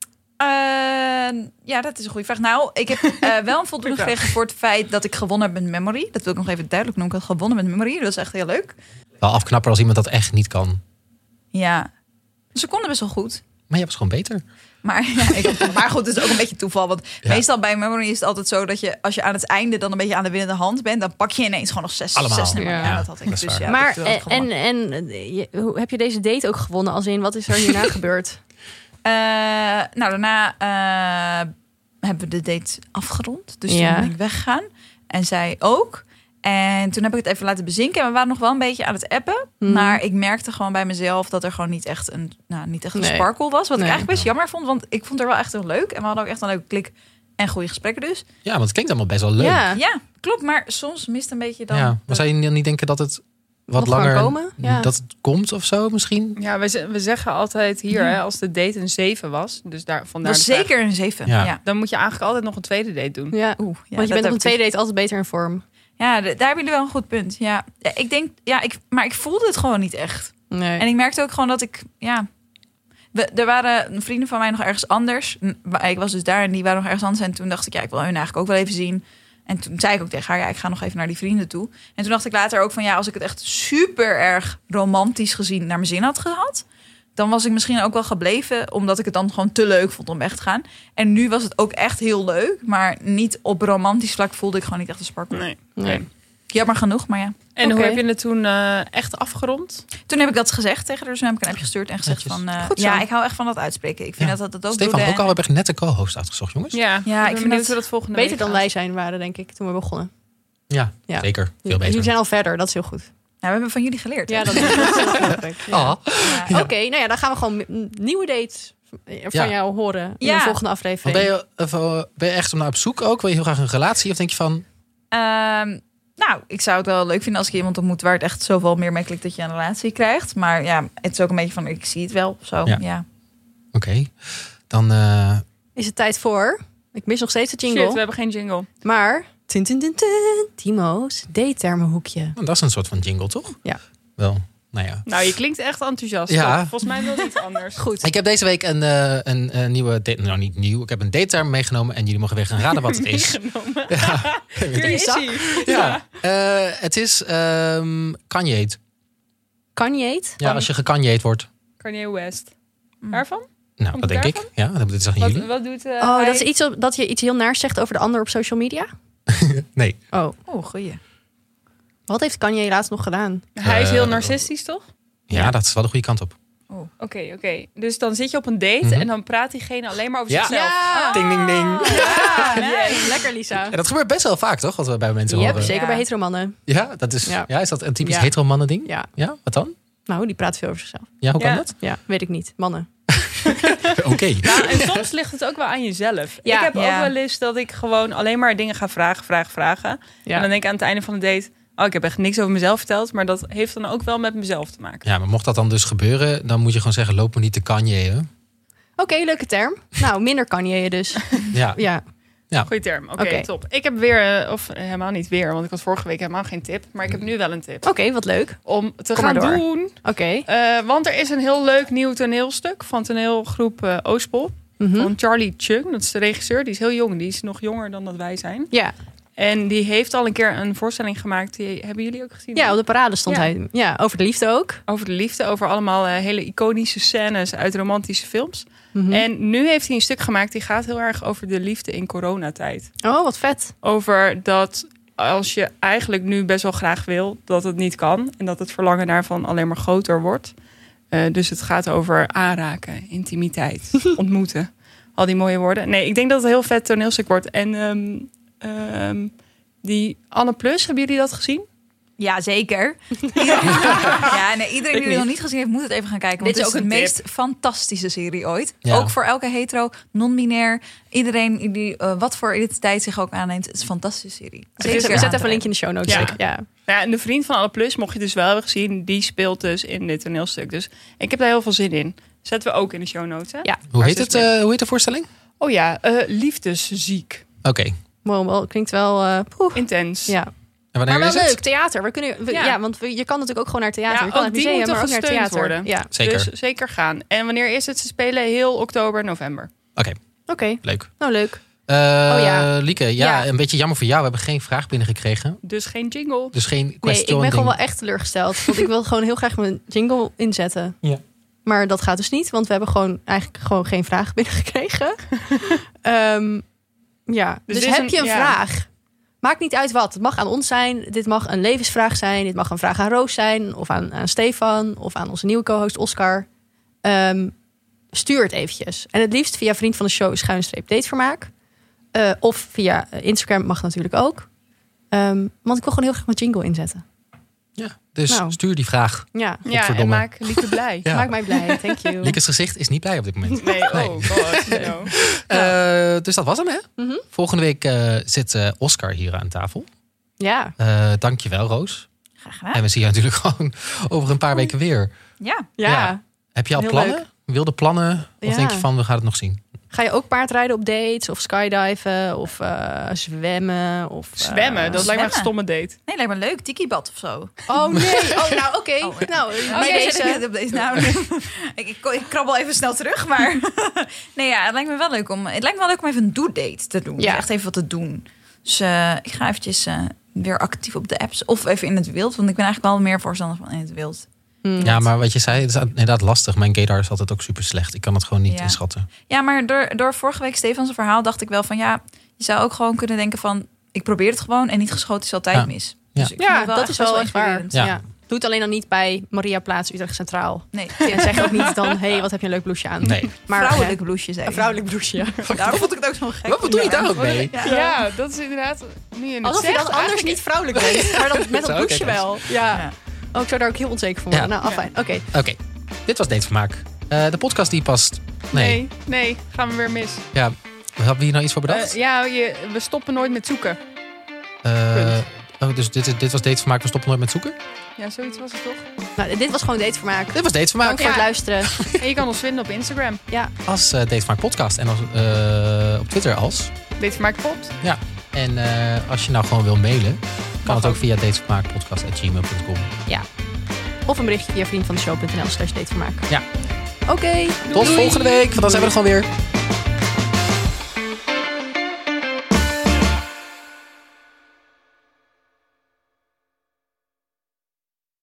Speaker 4: Ja, dat is een goede vraag. Nou, ik heb wel een voldoende gekregen voor het feit dat ik gewonnen heb met Memory. Dat wil ik nog even duidelijk noemen. Ik had gewonnen met Memory. Dat is echt heel leuk.
Speaker 3: Wel afknapper als iemand dat echt niet kan.
Speaker 4: Ja. Ze konden best wel goed.
Speaker 3: Maar je was gewoon beter.
Speaker 4: Maar, maar goed, het is ook een beetje toeval. Want meestal bij Memory is het altijd zo dat je, als je aan het einde dan een beetje aan de winnende hand bent, dan pak je ineens gewoon nog 6 nummers.
Speaker 2: Ja,
Speaker 4: dat had ik.
Speaker 3: Dat is
Speaker 4: Dus,
Speaker 3: waar.
Speaker 2: Maar hoe heb je deze date ook gewonnen? Als in, wat is er hierna gebeurd?
Speaker 4: Daarna hebben we de date afgerond. Dus toen ben ik weggegaan. En zij ook. En toen heb ik het even laten bezinken. En we waren nog wel een beetje aan het appen. Maar ik merkte gewoon bij mezelf dat er gewoon niet echt een sparkle was. Wat ik eigenlijk best jammer vond. Want ik vond het wel echt heel leuk. En we hadden ook echt een leuke klik en goede gesprekken dus.
Speaker 3: Ja, want het klinkt allemaal best wel leuk.
Speaker 4: Ja, klopt. Maar soms mist een beetje dan...
Speaker 3: Ja, maar zou je niet denken dat het wat
Speaker 2: nog
Speaker 3: langer
Speaker 2: komen? Ja.
Speaker 3: dat het komt of zo misschien?
Speaker 1: Ja, we zeggen altijd hier, hè, als de date een 7 was. Dus vandaar
Speaker 4: dat was zeker een 7.
Speaker 3: Ja.
Speaker 4: Ja.
Speaker 1: Dan moet je eigenlijk altijd nog een tweede date doen.
Speaker 2: Ja. Want je bent op een tweede date altijd beter in vorm.
Speaker 4: Ja, daar hebben jullie wel een goed punt. Ja, ik denk, maar ik voelde het gewoon niet echt.
Speaker 2: Nee.
Speaker 4: En ik merkte ook gewoon dat ik, er waren vrienden van mij nog ergens anders. Ik was dus daar en die waren nog ergens anders. En toen dacht ik, ik wil hun eigenlijk ook wel even zien. En toen zei ik ook tegen haar, ik ga nog even naar die vrienden toe. En toen dacht ik later ook van, als ik het echt super erg romantisch gezien naar mijn zin had gehad, dan was ik misschien ook wel gebleven, omdat ik het dan gewoon te leuk vond om weg te gaan. En nu was het ook echt heel leuk, maar niet op romantisch vlak voelde ik gewoon niet echt een sparkle.
Speaker 1: Nee.
Speaker 4: Jammer genoeg, maar ja.
Speaker 1: En
Speaker 2: Oké.
Speaker 1: hoe heb je het toen echt afgerond?
Speaker 4: Toen heb ik dat gezegd tegen haar. Dus toen heb ik een appje gestuurd en gezegd van...
Speaker 2: Goed zo.
Speaker 4: ik hou echt van dat uitspreken. Ik vind dat het ook
Speaker 3: Stefan
Speaker 4: doet.
Speaker 3: Hokal heb ik net de co-host uitgezocht, jongens.
Speaker 1: Ja,
Speaker 4: ik
Speaker 1: ik
Speaker 4: vind
Speaker 1: vind
Speaker 4: dat
Speaker 1: hoe dat volgende
Speaker 2: Beter
Speaker 1: week
Speaker 2: dan
Speaker 1: gaat.
Speaker 2: wij zijn waren, denk ik, toen we begonnen.
Speaker 3: Ja,
Speaker 2: Ja.
Speaker 3: zeker. Veel
Speaker 2: Jullie
Speaker 3: beter.
Speaker 2: zijn al verder, dat is heel goed.
Speaker 4: Nou, we hebben van jullie geleerd.
Speaker 2: Ja, dat is heel leuk. Ja.
Speaker 3: Ja.
Speaker 2: Oké, nou ja, dan gaan we gewoon nieuwe dates van jou horen in
Speaker 4: Ja.
Speaker 2: de volgende
Speaker 3: Maar
Speaker 2: aflevering.
Speaker 3: ben je echt om naar op zoek ook? Wil je heel graag een relatie? Of denk je van...
Speaker 4: Ik zou het wel leuk vinden als ik iemand ontmoet waar het echt zoveel meer mee klikt dat je een relatie krijgt. Maar ja, het is ook een beetje van, ik zie het wel of zo.
Speaker 3: Ja.
Speaker 4: Ja.
Speaker 3: Oké, dan...
Speaker 2: Is het tijd voor... Ik mis nog steeds de jingle.
Speaker 1: Shit, we hebben geen jingle.
Speaker 2: Maar... Tin, tin, tin, tin, Timo's date-termenhoekje.
Speaker 3: dat is een soort van jingle, toch?
Speaker 2: Ja.
Speaker 3: Wel, nou ja.
Speaker 1: Nou, je klinkt echt enthousiast.
Speaker 3: Ja.
Speaker 1: Volgens mij wil je iets anders.
Speaker 2: Goed.
Speaker 3: Ik heb deze week een nieuwe date... Nou, niet nieuw. Ik heb een dateterm meegenomen en jullie mogen weer gaan raden wat het is. Ja.
Speaker 1: Hier is
Speaker 2: zak.
Speaker 1: hij.
Speaker 3: Ja. Het is kanjeet.
Speaker 2: Kanjeet?
Speaker 3: Ja, als je gekanjeet wordt.
Speaker 1: Kanye West. Waarvan?
Speaker 3: Nou,
Speaker 1: Komt
Speaker 3: dat denk
Speaker 1: het
Speaker 3: ik. Ja, dat zeggen jullie.
Speaker 1: Wat doet
Speaker 2: Oh,
Speaker 1: hij?
Speaker 2: dat is iets dat je iets heel naars zegt over de ander op social media?
Speaker 3: Nee.
Speaker 2: Oh.
Speaker 4: Goeie.
Speaker 2: Wat heeft Kanye laatst nog gedaan?
Speaker 1: Hij is heel narcistisch, toch?
Speaker 3: Ja, dat is wel de goede kant op.
Speaker 1: Oké. Dus dan zit je op een date en dan praat diegene alleen maar over
Speaker 3: Ja.
Speaker 1: zichzelf.
Speaker 2: Ja.
Speaker 3: Ding, ding, ding.
Speaker 2: Ja, nee. Lekker, Lisa.
Speaker 3: Ja, dat gebeurt best wel vaak, toch? Wat we bij mensen
Speaker 2: Yep,
Speaker 3: horen.
Speaker 2: zeker bij heteromannen.
Speaker 3: Ja, dat is,
Speaker 2: Ja.
Speaker 3: is dat een typisch
Speaker 2: Ja.
Speaker 3: hetero-mannen ding?
Speaker 2: Ja.
Speaker 3: Ja, wat dan?
Speaker 2: Nou, die praat veel over zichzelf.
Speaker 3: Ja, hoe kan
Speaker 1: Ja.
Speaker 3: dat?
Speaker 2: Ja, weet ik niet. Mannen.
Speaker 3: Oké.
Speaker 1: Nou, en soms ligt het ook wel aan jezelf.
Speaker 2: Ja.
Speaker 1: Ik heb
Speaker 4: Ja.
Speaker 1: ook wel eens dat ik gewoon alleen maar dingen ga vragen.
Speaker 2: Ja.
Speaker 1: En dan denk ik aan het einde van de date... Oh, ik heb echt niks over mezelf verteld. Maar dat heeft dan ook wel met mezelf te maken.
Speaker 3: Ja, maar mocht dat dan dus gebeuren, dan moet je gewoon zeggen, loop me niet te kanjeën.
Speaker 2: Oké, leuke term. Nou, minder Kanye dus.
Speaker 3: Ja.
Speaker 2: Ja.
Speaker 1: Goeie term. Oké,
Speaker 2: Oké.
Speaker 1: top. Ik heb weer, of helemaal niet weer... want ik had vorige week helemaal geen tip. Maar ik heb nu wel een tip.
Speaker 2: Oké, wat leuk.
Speaker 1: Om te
Speaker 2: Kom
Speaker 1: gaan
Speaker 2: maar door.
Speaker 1: doen.
Speaker 2: Oké.
Speaker 1: Want er is een heel leuk nieuw toneelstuk... van toneelgroep Oostpol.
Speaker 2: Mhm.
Speaker 1: Van Charlie Chung. Dat is de regisseur. Die is heel jong. Die is nog jonger dan dat wij zijn.
Speaker 2: Ja.
Speaker 1: En die heeft al een keer een voorstelling gemaakt. Die hebben jullie ook gezien?
Speaker 2: Ja, op de parade stond
Speaker 1: Ja.
Speaker 2: hij. Ja, over de liefde ook.
Speaker 1: Over de liefde, over allemaal hele iconische scènes uit romantische films.
Speaker 2: Mhm.
Speaker 1: En nu heeft hij een stuk gemaakt die gaat heel erg over de liefde in coronatijd.
Speaker 2: Oh, wat vet.
Speaker 1: Over dat als je eigenlijk nu best wel graag wil, dat het niet kan. En dat het verlangen daarvan alleen maar groter wordt. Dus het gaat over aanraken, intimiteit, ontmoeten. Al die mooie woorden. Nee, ik denk dat het een heel vet toneelstuk wordt. En die Anne Plus, hebben jullie dat gezien?
Speaker 4: Ja, zeker. Iedereen die het nog niet gezien heeft, moet het even gaan kijken. Want
Speaker 1: Dit
Speaker 4: het
Speaker 1: is
Speaker 4: is
Speaker 1: ook
Speaker 4: de
Speaker 1: een
Speaker 4: meest fantastische serie ooit.
Speaker 3: Ja.
Speaker 4: Ook voor elke hetero, non-binair. Iedereen die wat voor identiteit zich ook aanneemt. Het is een fantastische serie.
Speaker 2: We zetten even een linkje in de show notes.
Speaker 1: Ja.
Speaker 2: Ja.
Speaker 1: Ja, en de vriend van Anne Plus, mocht je dus wel hebben gezien, die speelt dus in dit toneelstuk. Dus ik heb daar heel veel zin in. Zetten we ook in de show notes, hè?
Speaker 2: Ja.
Speaker 3: Hoe heet het? Hoe heet de voorstelling?
Speaker 1: Oh ja, liefdesziek.
Speaker 3: Oké.
Speaker 2: Wow, klinkt wel
Speaker 1: Intens.
Speaker 2: ja.
Speaker 3: En wanneer
Speaker 2: Maar
Speaker 3: is
Speaker 2: wel
Speaker 3: het?
Speaker 2: leuk, theater. Want je kan natuurlijk ook gewoon naar het theater.
Speaker 1: Ja,
Speaker 2: je kan naar
Speaker 1: ook
Speaker 2: het
Speaker 1: die
Speaker 2: museum,
Speaker 1: moeten
Speaker 2: maar ook naar het
Speaker 1: gesteund
Speaker 2: theater.
Speaker 1: worden.
Speaker 2: Ja,
Speaker 3: Zeker.
Speaker 1: Dus zeker gaan. En wanneer is het? Ze spelen heel oktober, november.
Speaker 2: oké.
Speaker 3: Leuk.
Speaker 2: Nou, leuk.
Speaker 3: Ja. Lieke,
Speaker 2: Ja.
Speaker 3: een beetje jammer voor jou. We hebben geen vraag binnengekregen.
Speaker 1: Dus geen jingle.
Speaker 3: Dus geen
Speaker 2: Nee,
Speaker 3: question.
Speaker 2: ik ben gewoon
Speaker 3: ding.
Speaker 2: wel echt teleurgesteld. Want ik wil gewoon heel graag mijn jingle inzetten.
Speaker 3: Ja.
Speaker 2: Maar dat gaat dus niet, want we hebben eigenlijk gewoon geen vraag binnengekregen. Dus
Speaker 1: dit is
Speaker 2: heb je een
Speaker 1: ja.
Speaker 2: vraag? Maakt niet uit wat. Het mag aan ons zijn. Dit mag een levensvraag zijn. Dit mag een vraag aan Roos zijn. Of aan Stefan. Of aan onze nieuwe co-host Oscar. Stuur het eventjes. En het liefst via vriend van de show _datevermaak. Of via Instagram mag natuurlijk ook. Want ik wil gewoon heel graag mijn jingle inzetten.
Speaker 3: Ja, dus
Speaker 2: Nou.
Speaker 3: stuur die vraag.
Speaker 2: Ja,
Speaker 1: Ja, en
Speaker 3: Godverdomme.
Speaker 1: maak Lieke blij.
Speaker 3: Ja.
Speaker 2: maak mij blij. Thank you.
Speaker 3: Lieke's gezicht is niet blij op dit moment.
Speaker 1: Nee,
Speaker 3: Nee.
Speaker 1: oh god. No.
Speaker 3: Dus dat was hem, hè?
Speaker 2: Mhm.
Speaker 3: Volgende week zit Oscar hier aan tafel.
Speaker 2: Ja.
Speaker 3: Dankjewel, Roos.
Speaker 4: Graag gedaan.
Speaker 3: En we zien je natuurlijk gewoon over een paar weken weer.
Speaker 4: Ja.
Speaker 2: Ja.
Speaker 3: Heb je al
Speaker 2: Heel
Speaker 3: plannen?
Speaker 2: leuk.
Speaker 3: Wilde plannen? Of
Speaker 2: Ja.
Speaker 3: denk je van, we gaan het nog zien?
Speaker 2: Ga je ook paardrijden op dates? Of skydiven? Of zwemmen? Of,
Speaker 1: Zwemmen, dat lijkt me een
Speaker 4: zwemmen.
Speaker 1: stomme date.
Speaker 4: Nee, lijkt me leuk. Tikibad of zo.
Speaker 2: Oh nee. Oh, nou oké.
Speaker 4: Oh, ja.
Speaker 2: Nou,
Speaker 4: Oh,
Speaker 2: bij
Speaker 4: jij
Speaker 2: deze...
Speaker 4: zit net op deze. Nou, ik krabbel even snel terug, maar nee, ja, het lijkt me wel leuk om. Het lijkt me wel leuk om even een do-date te doen.
Speaker 2: Ja.
Speaker 4: Dus echt even wat te doen. Dus ik ga eventjes weer actief op de apps of even in het wild, want ik ben eigenlijk wel meer voorstander van in het wild.
Speaker 3: Ja, maar wat je zei, het is inderdaad lastig. Mijn gaydar is altijd ook super slecht. Ik kan het gewoon niet
Speaker 4: Ja.
Speaker 3: inschatten.
Speaker 4: Ja, maar door vorige week Stefans verhaal dacht ik wel van ja, je zou ook gewoon kunnen denken van ik probeer het gewoon en niet geschoten is altijd
Speaker 3: Ja.
Speaker 4: mis.
Speaker 3: Ja.
Speaker 4: Dus ik vind
Speaker 2: Ja,
Speaker 4: het
Speaker 2: dat
Speaker 4: echt
Speaker 2: is
Speaker 4: best
Speaker 2: wel echt waar.
Speaker 4: inspirerend.
Speaker 3: Ja.
Speaker 2: Ja. Doe het alleen dan niet bij Maria Plaats Utrecht Centraal.
Speaker 4: Nee,
Speaker 2: En zeg ook niet dan, hey, wat heb je een leuk blouseje aan.
Speaker 3: Nee.
Speaker 2: Maar
Speaker 4: vrouwelijk blouseje zei
Speaker 2: een vrouwelijk blouseje.
Speaker 4: Daar vond ik het ook zo gek.
Speaker 3: Wat bedoel je daar ook mee?
Speaker 1: Ja, dat is inderdaad nu in het
Speaker 2: Alsof je
Speaker 1: zegt,
Speaker 2: dan anders
Speaker 1: eigenlijk-
Speaker 2: niet vrouwelijk bent. Maar dan met
Speaker 3: Zo,
Speaker 2: een
Speaker 3: oké,
Speaker 2: blouseje
Speaker 3: thanks.
Speaker 2: wel. Ja.
Speaker 4: Ja.
Speaker 2: Oh, ik zou daar ook heel onzeker van worden.
Speaker 3: Ja.
Speaker 2: Nou, afijn. Oké.
Speaker 3: Oké, dit was Datevermaak. De podcast die past...
Speaker 1: Nee, gaan we weer mis.
Speaker 3: Ja, hebben we hier nou iets voor bedacht?
Speaker 1: We stoppen nooit met zoeken.
Speaker 3: Dus dit was Datevermaak, we stoppen nooit met zoeken?
Speaker 1: Ja, zoiets was het toch?
Speaker 2: Nou, dit was gewoon datevermaak.
Speaker 3: Dit was Datevermaak.
Speaker 2: Dank voor het luisteren.
Speaker 1: En je kan ons vinden op Instagram.
Speaker 2: Ja.
Speaker 3: Als Datevermaak podcast en als, op Twitter als.
Speaker 1: Datevermaakpot.
Speaker 3: Ja. En als je nou gewoon wil mailen, kan het ook
Speaker 1: ook.
Speaker 3: via datevermaakpodcast@gmail.com.
Speaker 2: Of een berichtje via vriendvandeshow.nl/datevermaak.
Speaker 3: Ja.
Speaker 2: Oké.
Speaker 3: Tot
Speaker 2: doei.
Speaker 3: volgende week, want dan zijn we er gewoon weer.